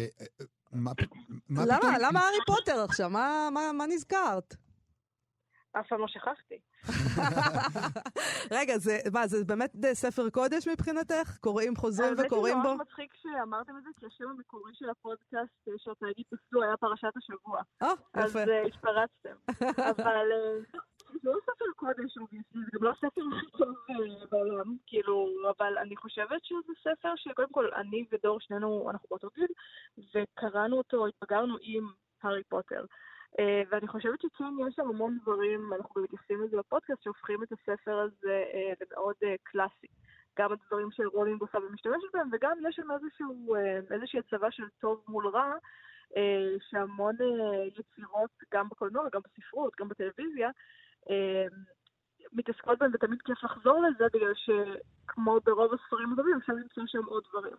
למה הארי פוטר עכשיו? מה נזכרת? אף פעם לא שכחתי. רגע, זה באמת ספר קודש מבחינתך? קוראים, חוזרים וקוראים בו? זה ממש מצחיק שאמרתם את זה, כי השם המקורי של הפודקאסט שהתאגיד פסלו היה פרשת השבוע. אז התפרצתם. אבל זה לא ספר קודש, זה גם לא ספר הכי טוב בעולם, כאילו, אבל אני חושבת שזה ספר שקודם כל אני ודור שנינו, אנחנו באותו גיל, וקראנו אותו, התבגרנו עם הארי פוטר. ואני חושבת שכן יש שם המון דברים, אנחנו מתייחסים לזה בפודקאסט, שהופכים את הספר הזה למאוד קלאסי. גם הדברים של רולינג עושה ומשתמשת בהם, וגם יש שם איזושהי הצבה של טוב מול רע, שהמון יצירות, גם בקולנוע, גם בספרות, גם בטלוויזיה, מתעסקות בהם, ותמיד כיף לחזור לזה, בגלל שכמו ברוב הספרים הטובים, אפשר למצוא שם עוד דברים.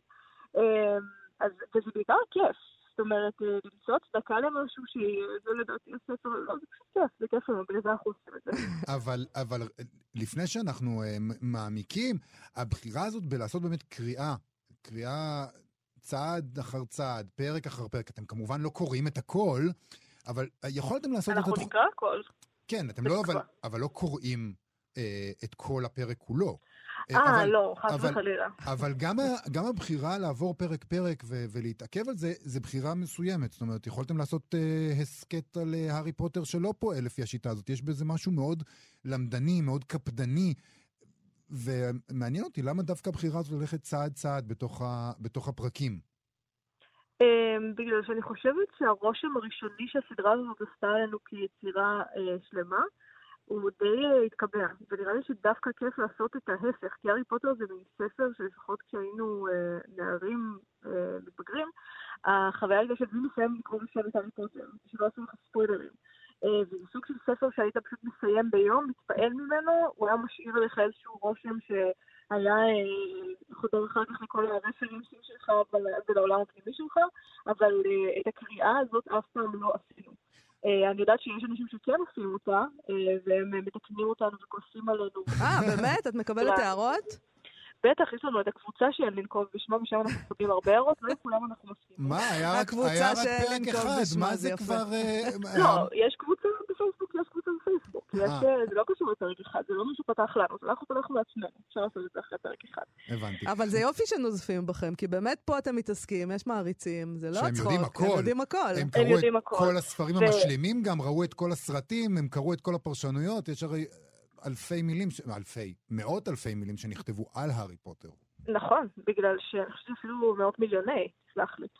וזה בעיקר כיף. זאת אומרת, למצוא צדקה למשהו שזה לדעתי הספר, לא, זה פשוט כיף, זה כיף לנו, בגלל זה אנחנו עושים את זה. אבל לפני שאנחנו מעמיקים, הבחירה הזאת בלעשות באמת קריאה צעד אחר צעד, פרק אחר פרק, אתם כמובן לא קוראים את הכל, אבל יכולתם לעשות את זה... אנחנו נקרא הכל. כן, אתם לא, אבל לא קוראים את כל הפרק כולו. לא, חס וחלילה. אבל גם הבחירה לעבור פרק ולהתעכב על זה, זה בחירה מסוימת. זאת אומרת, יכולתם לעשות הסקט על הארי פוטר שלא פועל לפי השיטה הזאת. יש בזה משהו מאוד למדני, מאוד קפדני, ומעניין אותי, למה דווקא הבחירה הזאת הולכת צעד צעד בתוך הפרקים? בגלל שאני חושבת שהרושם הראשוני שהסדרה הזאת עשתה עלינו כיצירה שלמה, הוא די התקבע, ונראה לי שדווקא כיף לעשות את ההפך, כי הארי פוטר זה מין ספר שלפחות כשהיינו נערים מתבגרים, החוויה הייתה של מי מסיים לקרוא לשם את הארי פוטר, שלא עשו לך ספוילרים. וזה סוג של ספר שהיית פשוט מסיים ביום, מתפעל ממנו, הוא היה משאיר לך איזשהו רושם שהיה חודר אחר כך לכל הרפרנסים שלך ולעולם הפנימי שלך, אבל את הקריאה הזאת אף פעם לא עשינו. אני יודעת שיש אנשים שכן עושים אותה, והם מתקנים אותנו וכועסים עלינו. באמת? את מקבלת הערות? בטח, יש לנו את הקבוצה של לנקוב בשמה, ושם אנחנו מקבלים הרבה הערות, לא לכולם אנחנו מסכימים. מה, היה רק פרק אחד, מה זה כבר... לא, יש קבוצה בפייסבוק, יש קבוצה בפייסבוק. זה לא קשור לפרק אחד, זה לא מישהו פתח לנו, זה אנחנו פתחנו לעצמנו, אפשר לעשות את זה אחרי פרק אחד. הבנתי. אבל זה יופי שנוזפים בכם, כי באמת פה אתם מתעסקים, יש מעריצים, זה לא צחוק, הם יודעים הכל. הם יודעים הכל. כל הספרים המשלימים גם, ראו את כל הסרטים, הם קראו את כל הפרשנויות, יש הרי... מאות אלפי מילים שנכתבו על הארי פוטר. נכון, בגלל שאני חושבת אפילו מאות מיליוני, סלח לי.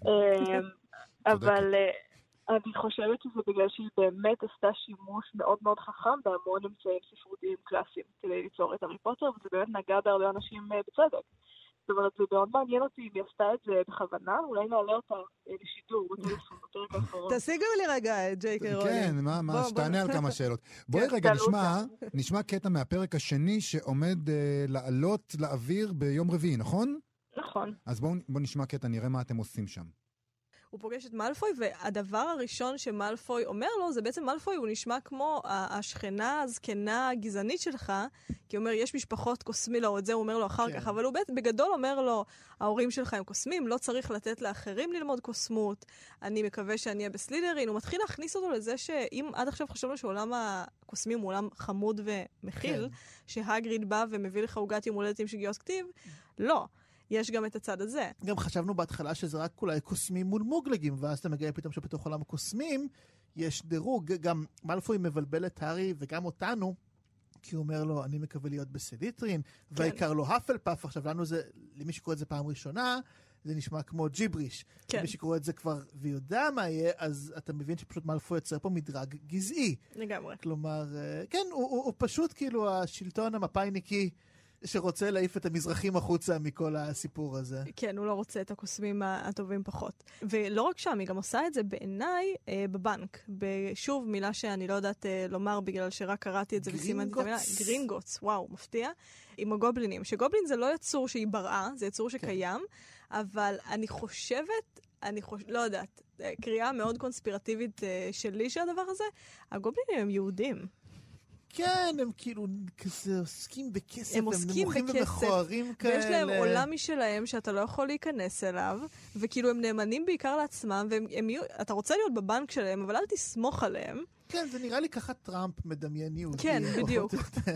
אבל אני חושבת שזה בגלל שהיא באמת עשתה שימוש מאוד מאוד חכם בהמון אמצעים ספרותיים קלאסיים כדי ליצור את הארי פוטר, וזה באמת נגע בהרבה אנשים בצדק. זאת אומרת, זה מאוד מעניין אותי אם היא עשתה את זה בכוונה, אולי נעלה אותה לשידור בטלפון, בפרק האחרון. תשיגו לי רגע, ג'יי קיי רולינג. כן, שתענה על כמה שאלות. בואי רגע נשמע קטע מהפרק השני שעומד לעלות לאוויר ביום רביעי, נכון? נכון. אז בואו נשמע קטע, נראה מה אתם עושים שם. הוא פוגש את מאלפוי, והדבר הראשון שמאלפוי אומר לו, זה בעצם מאלפוי, הוא נשמע כמו השכנה הזקנה הגזענית שלך, כי הוא אומר, יש משפחות קוסמי לו, את זה הוא אומר לו אחר כך, אבל הוא בגדול אומר לו, ההורים שלך הם קוסמים, לא צריך לתת לאחרים ללמוד קוסמות, אני מקווה שאני אהיה בסלידרין, הוא מתחיל להכניס אותו לזה שאם עד עכשיו חשבנו שעולם הקוסמים הוא עולם חמוד ומכיל, שהגריד בא ומביא לך עוגת יום הולדת עם שגיאות כתיב, לא. יש גם את הצד הזה. גם חשבנו בהתחלה שזה רק אולי קוסמים מול מוגלגים, ואז אתה מגיע פתאום שבתוך עולם הקוסמים יש דירוג, גם מאלפוי מבלבל את הארי וגם אותנו, כי הוא אומר לו, אני מקווה להיות בסליטרין, והעיקר לו האפלפאף, עכשיו לנו זה, למי שקורא את זה פעם ראשונה, זה נשמע כמו ג'יבריש. למי שקורא את זה כבר ויודע מה יהיה, אז אתה מבין שפשוט מאלפוי יוצר פה מדרג גזעי. לגמרי. כלומר, כן, הוא פשוט כאילו השלטון המפאיניקי, שרוצה להעיף את המזרחים החוצה מכל הסיפור הזה. כן, הוא לא רוצה את הקוסמים הטובים פחות. ולא רק שם, היא גם עושה את זה בעיניי בבנק. שוב, מילה שאני לא יודעת לומר בגלל שרק קראתי את זה וסימנתי את המילה. גרינגוטס, וואו, מפתיע. עם הגובלינים. שגובלין זה לא יצור שהיא בראה, זה יצור שקיים, אבל אני חושבת, לא יודעת, קריאה מאוד קונספירטיבית שלי שהדבר הזה, הגובלינים הם יהודים. כן, הם כאילו כזה עוסקים בכסף, הם נמוכים ומכוערים כאלה. ויש להם עולם משלהם שאתה לא יכול להיכנס אליו, וכאילו הם נאמנים בעיקר לעצמם, אתה רוצה להיות בבנק שלהם, אבל אל תסמוך עליהם. כן, זה נראה לי ככה טראמפ מדמיין יהודי. כן, בדיוק.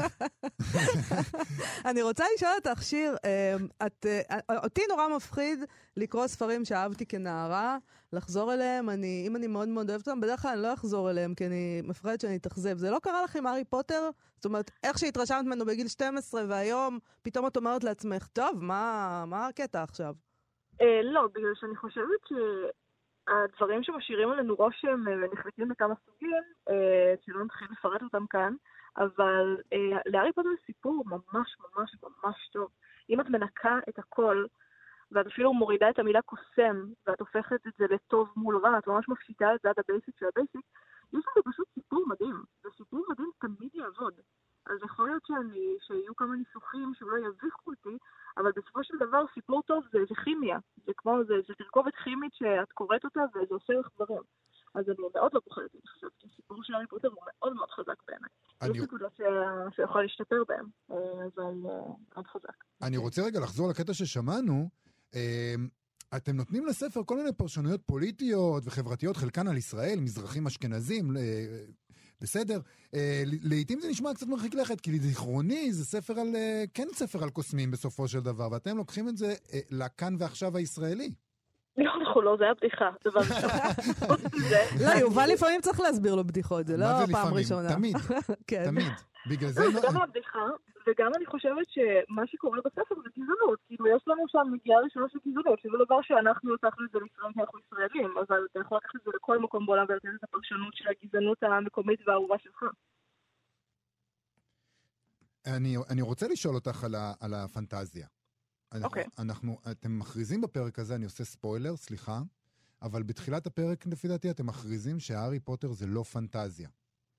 אני רוצה לשאול אותך, שיר, אותי נורא מפחיד לקרוא ספרים שאהבתי כנערה, לחזור אליהם, אם אני מאוד מאוד אוהבת אותם, בדרך כלל אני לא אחזור אליהם, כי אני מפחדת שאני אתאכזב. זה לא קרה לך עם הארי פוטר? זאת אומרת, איך שהתרשמת ממנו בגיל 12, והיום פתאום את אומרת לעצמך, טוב, מה הקטע עכשיו? לא, בגלל שאני חושבת הדברים שמשאירים עלינו רושם ונחלקים לכמה סוגים, שלא נתחיל לפרט אותם כאן, אבל להארי פוטר זה סיפור ממש ממש ממש טוב. אם את מנקה את הכל, ואת אפילו מורידה את המילה קוסם, ואת הופכת את זה לטוב מול רע, את ממש מפשיטה את זה עד הבייסיק של הבייסיק, יש לזה פשוט סיפור מדהים. וסיפור מדהים תמיד יעבוד. אז יכול להיות שיהיו כמה ניסוחים שאולי יביכו אותי, אבל בסופו של דבר סיפור טוב זה כימיה. זה כמו, זה תרכובת כימית שאת קוראת אותה וזה עושה לך דברים. אז אני מאוד לא פוחדת, אני חושבת, כי הסיפור של הארי פוטר הוא מאוד מאוד חזק בעיניי. יש נקודות שיכול להשתפר בהם, אבל מאוד חזק. אני רוצה רגע לחזור לקטע ששמענו. אתם נותנים לספר כל מיני פרשנויות פוליטיות וחברתיות, חלקן על ישראל, מזרחים אשכנזים, בסדר. לעתים זה נשמע קצת מרחיק לכת, כי לזיכרוני זה ספר על, כן ספר על קוסמים בסופו של דבר, ואתם לוקחים את זה לכאן ועכשיו הישראלי. לא, זה היה בדיחה. לא, יובל לפעמים צריך להסביר לו בדיחות, זה לא פעם ראשונה. תמיד, תמיד. בגלל זה לא... גם הבדיחה, וגם אני חושבת שמה שקורה בספר זה גזענות. כאילו, יש לנו שם מגיעה ראשונה של גזענות, שזה דבר שאנחנו לקחנו את זה לישראל כי אנחנו ישראלים, אבל אתה יכול לקחת את זה לכל מקום בעולם ולתת את הפרשנות של הגזענות המקומית והאהובה שלך. אני רוצה לשאול אותך על הפנטזיה. אתם מכריזים בפרק הזה, אני עושה ספוילר, סליחה, אבל בתחילת הפרק, לפי דעתי, אתם מכריזים שהארי פוטר זה לא פנטזיה.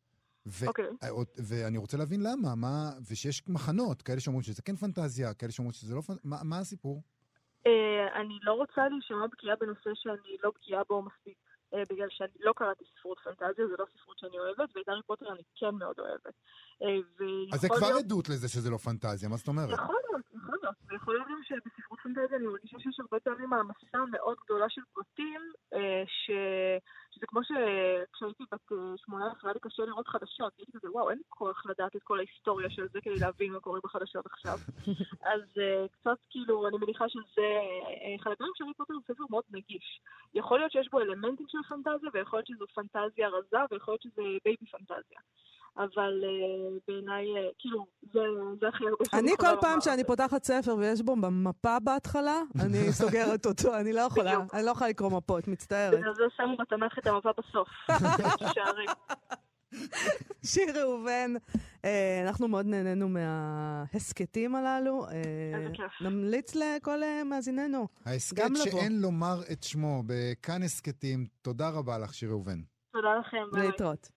ואני רוצה להבין למה, ושיש מחנות, כאלה שאומרים שזה כן פנטזיה, כאלה שאומרים שזה לא פנטזיה, מה הסיפור? אני לא רוצה להישמע בקיאה בנושא שאני לא בקיאה בו מספיק, בגלל שאני לא קראתי ספרות פנטזיה, זה לא ספרות שאני אוהבת, ואת הארי פוטר אני כן מאוד אוהבת. אז זה כבר עדות לזה שזה לא פנטזיה, מה זאת אומרת? יכול להיות. ויכול להיות גם שבספרות פנטזיה אני מרגישה שיש הרבה פעמים מעמסה מאוד גדולה של פרטים, שזה כמו שכשהייתי בת 18 היה לי קשה לראות חדשות, הייתי כזה וואו, אין לי כוח לדעת את כל ההיסטוריה של זה כדי להבין מה קורה בחדשות עכשיו. אז קצת כאילו אני מניחה שזה אחד הדברים שהארי פוטר הוא ספר מאוד נגיש. יכול להיות שיש בו אלמנטים של פנטזיה, ויכול להיות שזו פנטזיה רזה, ויכול להיות שזה בייבי פנטזיה. אבל בעיניי, כאילו, זה הכי הרבה. אני כל פעם שאני פותחת ספר ויש בו מפה בהתחלה, אני סוגרת אותו, אני לא יכולה לקרוא מפות, מצטערת. בגלל זה שמו בתנ"ך את המפה בסוף. שערים. שיר ראובן, אנחנו מאוד נהנינו מההסקטים הללו. נמליץ לכל מאזיננו. ההסקט שאין לומר את שמו בכאן הסקטים. תודה רבה לך, שיר ראובן. תודה לכם. להתראות.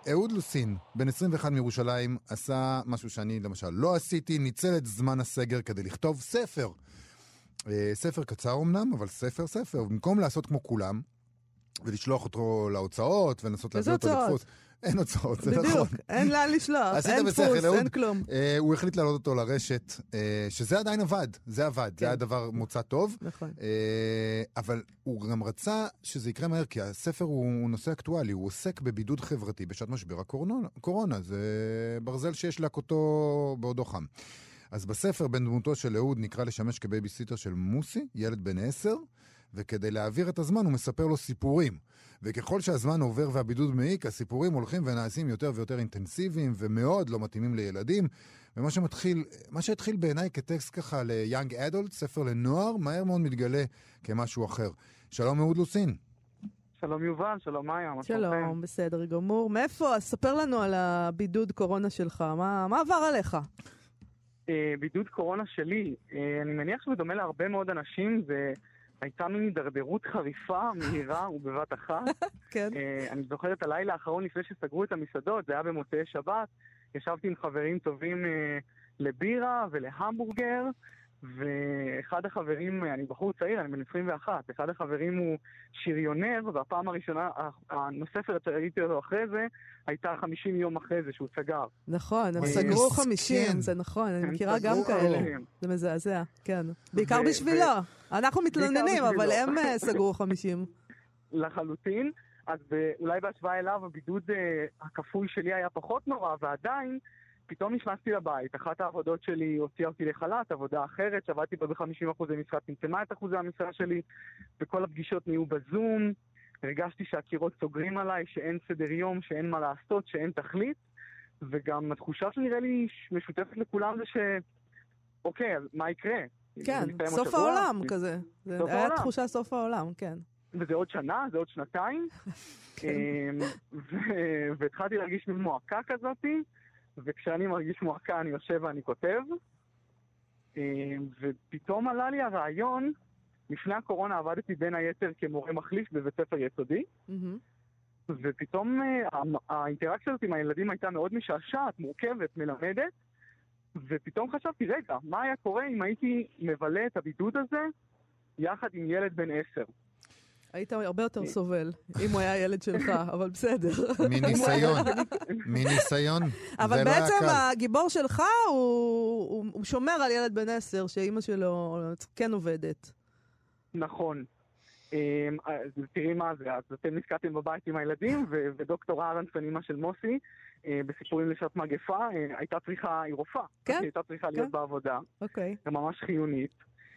אהוד לוסין, בן 21 מירושלים, עשה משהו שאני למשל לא עשיתי, ניצל את זמן הסגר כדי לכתוב ספר. ספר קצר אמנם, אבל ספר. במקום לעשות כמו כולם, ולשלוח אותו להוצאות, ולנסות להביא אותו לדפוס. אין הוצאות, זה נכון. בדיוק, אין לאן לשלוח, אין דפוס, אין כלום. הוא החליט להעלות אותו לרשת, שזה עדיין עבד, זה היה דבר מוצא טוב. נכון. אבל הוא גם רצה שזה יקרה מהר, כי הספר הוא נושא אקטואלי, הוא עוסק בבידוד חברתי בשעת משבר הקורונה, זה ברזל שיש להכותו בעודו חם. אז בספר, בן דמותו של אהוד נקרא לשמש כבייביסיטר של מוסי, ילד בן 10, וכדי להעביר את הזמן הוא מספר לו סיפורים. וככל שהזמן עובר והבידוד מעיק, הסיפורים הולכים ונעשים יותר ויותר אינטנסיביים, ומאוד לא מתאימים לילדים. ומה שהתחיל בעיניי כטקסט ככה ל-Young Adult, ספר לנוער, מהר מאוד מתגלה כמשהו אחר. שלום אהוד לוסין. שלום יובל, שלום מאיה. שלום, בסדר גמור. מאיפה? אז ספר לנו על הבידוד קורונה שלך. מה עבר עליך? בידוד קורונה שלי, אני מניח שבדומה להרבה מאוד אנשים, הייתה מין הידרדרות חריפה, מהירה ובבת אחת. כן. אני זוכר את הלילה האחרון לפני שסגרו את המסעדות, זה היה במוצאי שבת, ישבתי עם חברים טובים לבירה ולהמבורגר, ואחד החברים, אני בחור צעיר, אני בן 21, אחד החברים הוא שריונר, והפעם הראשונה, הנוספת שראיתי אותו אחרי זה, הייתה 50 יום אחרי זה שהוא סגר. נכון, הם סגרו 50, זה נכון, אני מכירה גם כאלה. זה מזעזע, כן. בעיקר בשבילו. אנחנו מתלוננים, אבל הם סגרו 50. לחלוטין. אז אולי בהשוואה אליו, הבידוד הכפוי שלי היה פחות נורא, ועדיין פתאום נכנסתי לבית. אחת העבודות שלי הוציאה אותי לחל"ת, עבודה אחרת, שעבדתי בה ב-50% משרה, צמצמה את אחוזי המשרה שלי, וכל הפגישות נהיו בזום. הרגשתי שהקירות סוגרים עליי, שאין סדר יום, שאין מה לעשות, שאין תכלית, וגם התחושה שנראה לי משותפת לכולם זה אוקיי, אז מה יקרה? כן, סוף העולם כזה. זה היה תחושה סוף העולם, כן. וזה עוד שנה, זה עוד שנתיים. והתחלתי להרגיש מועקה כזאת, וכשאני מרגיש מועקה אני יושב ואני כותב, ופתאום עלה לי הרעיון, לפני הקורונה עבדתי בין היתר כמורה מחליף בבית ספר יסודי, ופתאום האינטראקציה הזאת עם הילדים הייתה מאוד משעשעת, מורכבת, מלמדת, ופתאום חשבתי, רגע, מה היה קורה אם הייתי מבלה את הבידוד הזה יחד עם ילד בן 10? היית הרבה יותר סובל, אם הוא היה ילד שלך, אבל בסדר. מניסיון. אבל בעצם הגיבור שלך הוא שומר על ילד בן 10, שאימא שלו כן עובדת. נכון. תראי מה זה, אז אתם נזכרתם בבית עם הילדים, ודוקטור אהרנסון, אימא של מוסי, בסיפורים לשעת מגפה, הייתה צריכה, היא רופאה, הייתה צריכה להיות בעבודה, זה ממש חיונית.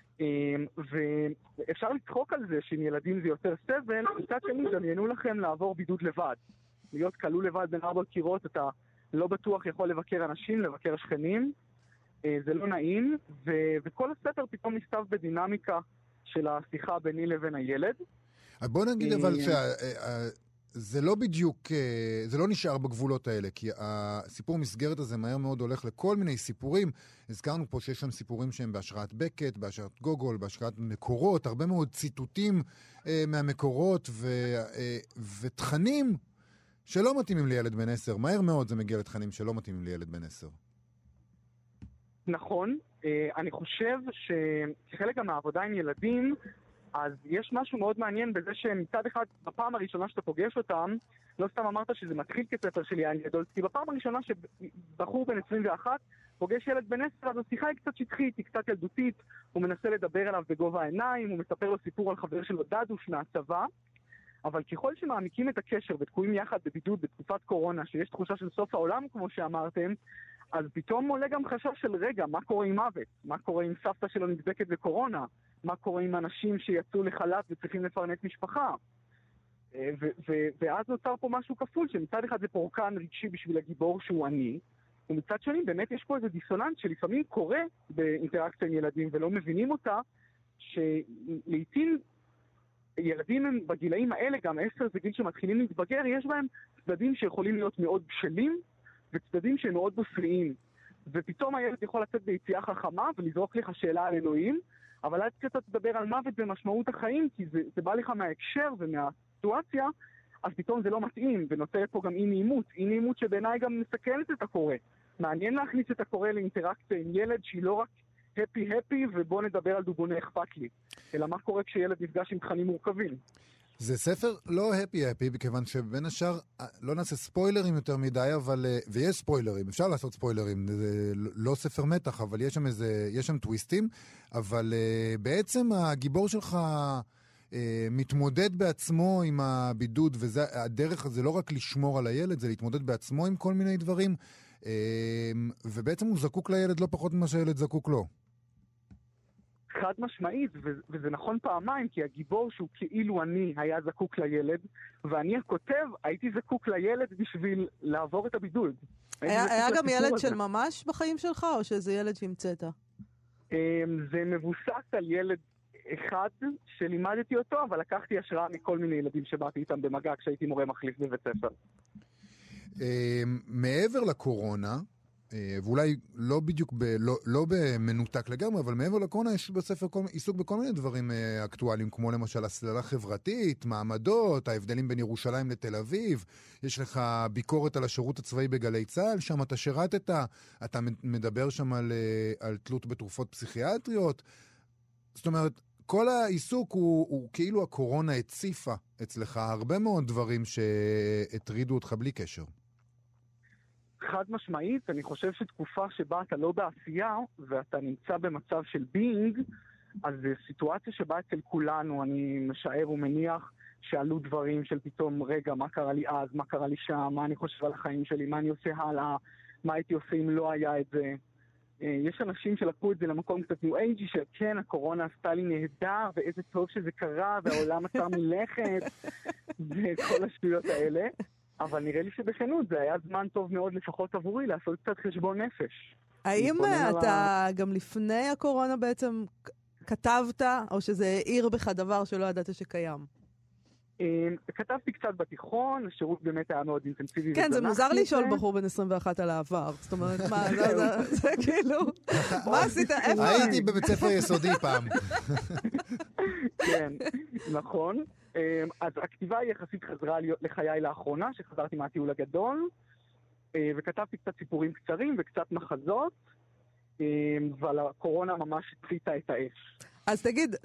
ואפשר לצחוק על זה שעם ילדים זה יותר סבל, מצד שני דמיינו לכם לעבור בידוד לבד. להיות כלוא לבד בין 4 קירות, אתה לא בטוח יכול לבקר אנשים, לבקר שכנים, זה לא נעים, וכל הספר פתאום נכתב בדינמיקה של השיחה ביני לבין הילד. בוא נגיד אבל זה לא בדיוק, זה לא נשאר בגבולות האלה, כי הסיפור מסגרת הזה מהר מאוד הולך לכל מיני סיפורים. הזכרנו פה שיש שם סיפורים שהם בהשראת בקט, בהשראת גוגול, בהשראת מקורות, הרבה מאוד ציטוטים מהמקורות ותכנים שלא מתאימים לילד בן 10. מהר מאוד זה מגיע לתכנים שלא מתאימים לילד בן 10. נכון. אני חושב שחלק מהעבודה עם ילדים, אז יש משהו מאוד מעניין בזה שמצד אחד, בפעם הראשונה שאתה פוגש אותם, לא סתם אמרת שזה מתחיל כספר של יען גדול, כי בפעם הראשונה שבחור בן 21 פוגש ילד בן 10, אז השיחה היא קצת שטחית, היא קצת ילדותית, הוא מנסה לדבר עליו בגובה העיניים, הוא מספר לו סיפור על חבר שלו דדוש מהצבא, אבל ככל שמעמיקים את הקשר ותקועים יחד בבידוד בתקופת קורונה, שיש תחושה של סוף העולם כמו שאמרתם, אז פתאום עולה גם חשש של רגע, מה קורה עם מוות? מה קורה עם סבתא שלו נדבקת בקורונה? מה קורה עם אנשים שיצאו לחל"ת וצריכים לפרנס משפחה? ואז נוצר פה משהו כפול, שמצד אחד זה פורקן רגשי בשביל הגיבור שהוא אני, ומצד שני באמת יש פה איזה דיסוננס שלפעמים קורה באינטראקציה עם ילדים ולא מבינים אותה, שלעיתים ילדים הם בגילאים האלה, גם 10 זה גיל שמתחילים להתבגר, יש בהם צדדים שיכולים להיות מאוד בשלים, וצדדים שהם מאוד בופריים. ופתאום הילד יכול לצאת ביציאה חכמה ולזרוק לך שאלה על אלוהים, אבל אז כשאתה תדבר על מוות ומשמעות החיים, כי זה בא לך מההקשר ומהסיטואציה, אז פתאום זה לא מתאים, ונוצרת פה גם אי נעימות. אי נעימות שבעיניי גם מסכנת את הקורא. מעניין להכניס את הקורא לאינטראקציה עם ילד שהיא לא רק הפי ובוא נדבר על דובוני אכפת לי, אלא מה קורה כשילד נפגש עם תכנים מורכבים. זה ספר לא הפי, בכיוון שבין השאר, לא נעשה ספוילרים יותר מדי, אבל, ויש ספוילרים, אפשר לעשות ספוילרים, זה לא ספר מתח, אבל יש שם טוויסטים, אבל בעצם הגיבור שלך מתמודד בעצמו עם הבידוד, והדרך זה לא רק לשמור על הילד, זה להתמודד בעצמו עם כל מיני דברים, ובעצם הוא זקוק לילד לא פחות ממה שהילד זקוק לו. חד משמעית, וזה נכון פעמיים, כי הגיבור שהוא כאילו אני היה זקוק לילד, ואני הכותב הייתי זקוק לילד בשביל לעבור את הבידוד. היה גם ילד של ממש בחיים שלך, או שזה ילד שהמצאת? זה מבוסס על ילד אחד שלימדתי אותו, אבל לקחתי השראה מכל מיני ילדים שבאתי איתם במגע כשהייתי מורה מחליף בבית ספר. מעבר לקורונה, ואולי לא בדיוק, לא במנותק לגמרי, אבל מעבר לקורונה יש בספר עיסוק בכל מיני דברים אקטואליים, כמו למשל הסללה חברתית, מעמדות, ההבדלים בין ירושלים לתל אביב, יש לך ביקורת על השירות הצבאי בגלי צה"ל, שם אתה שירתת, אתה מדבר שם על תלות בתרופות פסיכיאטריות, זאת אומרת, כל העיסוק הוא כאילו הקורונה הציפה אצלך הרבה מאוד דברים שהטרידו אותך בלי קשר. חד משמעית, אני חושב שתקופה שבה אתה לא בעשייה ואתה נמצא במצב של בינג, אז זו סיטואציה שבה אצל כולנו, אני משער ומניח שעלו דברים של פתאום, רגע, מה קרה לי אז, מה קרה לי שם, מה אני חושב על החיים שלי, מה אני עושה הלאה, מה הייתי עושה אם לא היה את זה. יש אנשים שלקחו את זה למקום קצת ניו אייג'י, שכן, הקורונה עשתה לי נהדר, ואיזה טוב שזה קרה, והעולם עצר מלכת, וכל השטויות האלה. אבל נראה לי שבכנות זה היה זמן טוב מאוד לפחות עבורי לעשות קצת חשבון נפש. האם אתה גם לפני הקורונה בעצם כתבת, או שזה העיר בך דבר שלא ידעת שקיים? כתבתי קצת בתיכון, השירות באמת היה מאוד אינטנסיבי. כן, זה מוזר לשאול בחור בן 21 על העבר. זאת אומרת, מה, זה כאילו, מה עשית? איפה? הייתי בבית ספר יסודי פעם. כן, נכון. אז הכתיבה היא יחסית חזרה לחיי לאחרונה, שחזרתי מהטיול הגדול, וכתבתי קצת סיפורים קצרים וקצת מחזות, ועל הקורונה ממש התחיתה את האש. אז תגיד,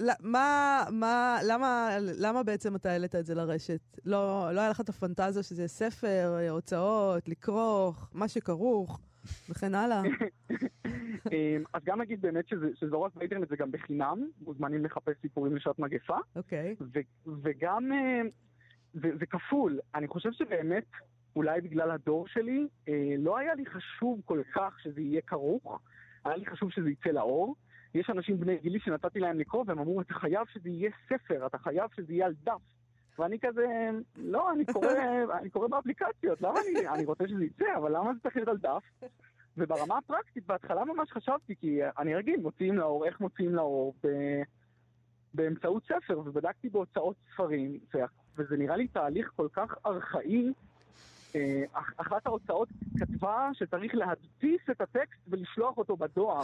למה בעצם אתה העלית את זה לרשת? לא היה לך את הפנטזיה שזה ספר, הוצאות, לקרוך, מה שכרוך, וכן הלאה? אז גם נגיד באמת שזה לא רק באינטרנט, זה גם בחינם, מוזמנים לחפש סיפורים לשעת מגפה. אוקיי. וגם, זה כפול. אני חושב שבאמת, אולי בגלל הדור שלי, לא היה לי חשוב כל כך שזה יהיה כרוך, היה לי חשוב שזה יצא לאור. יש אנשים בני גילי שנתתי להם לקרוא, והם אמרו, אתה חייב שזה יהיה ספר, אתה חייב שזה יהיה על דף. ואני כזה, לא, אני קורא באפליקציות, למה אני רוצה שזה יצא, אבל למה זה צריך להיות על דף? וברמה הפרקטית, בהתחלה ממש חשבתי, כי אני רגיל, מוציאים לאור, איך מוציאים לאור? באמצעות ספר, ובדקתי בהוצאות ספרים, וזה נראה לי תהליך כל כך ארכאי. אחת ההוצאות כתבה שצריך להדפיס את הטקסט ולשלוח אותו בדואר.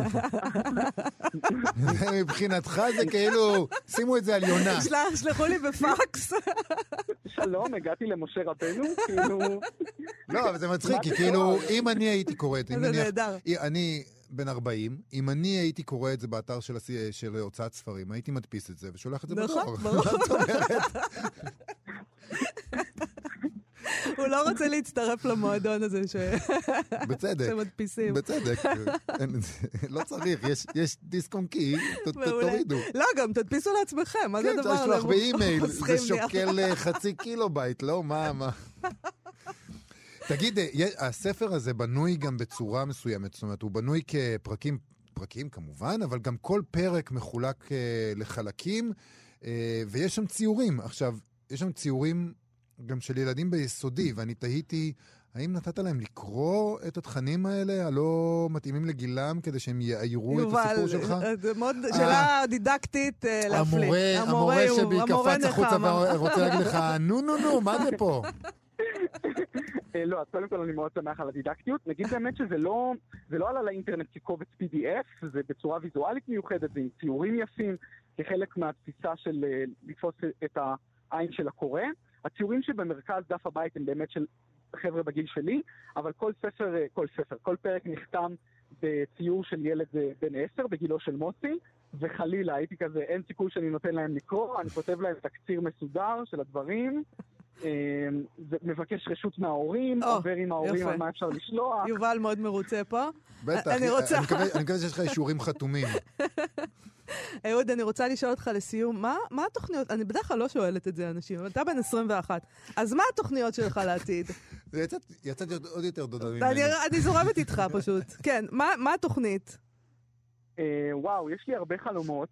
מבחינתך זה כאילו, שימו את זה על יונה. שלחו לי בפקס. שלום, הגעתי למשה רבנו, כאילו... לא, אבל זה מצחיק, כי כאילו, אם אני הייתי קורא את זה, זה נהדר. אני בן 40, אם אני הייתי קורא את זה באתר של הוצאת ספרים, הייתי מדפיס את זה ושולח את זה בדואר. נכון, ברור. הוא לא רוצה להצטרף למועדון הזה שמדפיסים. בצדק. לא צריך, יש דיסק און קי, תורידו. לא, גם תדפיסו לעצמכם, מה זה הדבר? כן, צריך לשלוח באימייל, זה שוקל חצי קילובייט, לא? מה? תגיד, הספר הזה בנוי גם בצורה מסוימת, זאת אומרת, הוא בנוי כפרקים כמובן, אבל גם כל פרק מחולק לחלקים, ויש שם ציורים. עכשיו, יש שם ציורים גם של ילדים ביסודי, ואני תהיתי, האם נתת להם לקרוא את התכנים האלה, הלא מתאימים לגילם, כדי שהם יאיירו את הסיפור שלך? יובל, זה מאוד שאלה דידקטית להפליא. המורה שבי קפץ החוצה ורוצה להגיד לך, נו, מה זה פה? לא, אז קודם כל אני מאוד שמח על הדידקטיות. נגיד באמת שזה לא עלה לאינטרנט כקובץ PDF, זה בצורה ויזואלית מיוחדת, זה עם ציורים יפים, כחלק מהתפיסה של לתפוס את העין של הקורא. הציורים שבמרכז דף הבית הם באמת של חבר'ה בגיל שלי, אבל כל פרק נחתם בציור של ילד בן 10, בגילו של מוצי, וחלילה, הייתי כזה, אין סיכוי שאני נותן להם לקרוא, אני כותב להם תקציר מסודר של הדברים, מבקש רשות מההורים, עובר עם ההורים על מה אפשר לשלוח. יובל מאוד מרוצה פה. בטח, אני מקווה שיש לך אישורים חתומים. אהוד, אני רוצה לשאול אותך לסיום, מה התוכניות? אני בדרך כלל לא שואלת את זה אנשים, אבל אתה בן 21. אז מה התוכניות שלך לעתיד? יצאתי עוד יותר דודה ממני. אני זורמת איתך פשוט. כן, מה התוכנית? וואו, יש לי הרבה חלומות.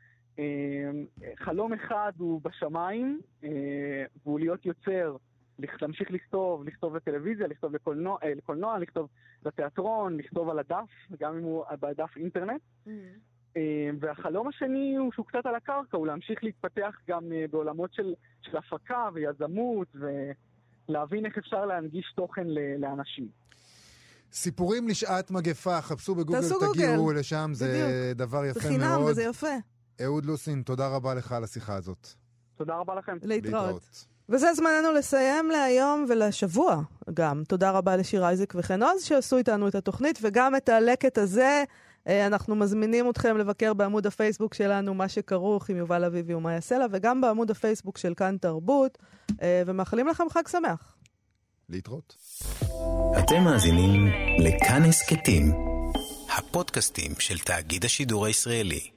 חלום אחד הוא בשמיים, והוא להיות יוצר, להמשיך לכתוב לטלוויזיה, לכתוב לקולנוע, לכתוב לתיאטרון, לכתוב על הדף, גם אם הוא בדף אינטרנט. והחלום השני הוא שהוא קצת על הקרקע, הוא להמשיך להתפתח גם בעולמות של הפקה ויזמות, ולהבין איך אפשר להנגיש תוכן לאנשים. סיפורים לשעת מגפה, חפשו בגוגל, תגיעו לשם, זה דבר יפה מאוד. זה חינם וזה יפה. אהוד לוסין, תודה רבה לך על השיחה הזאת. תודה רבה לכם. להתראות. וזה זמננו לסיים להיום ולשבוע גם. תודה רבה לשיר אייזק וחן עוז שעשו איתנו את התוכנית, וגם את הלקט הזה אנחנו מזמינים אתכם לבקר בעמוד הפייסבוק שלנו, מה שכרוך עם יובל אביבי ומאיה סלע, וגם בעמוד הפייסבוק של כאן תרבות, ומאחלים לכם חג שמח. להתראות. אתם מאזינים לכאן הסכתים, הפודקאסטים של תאגיד השידור הישראלי.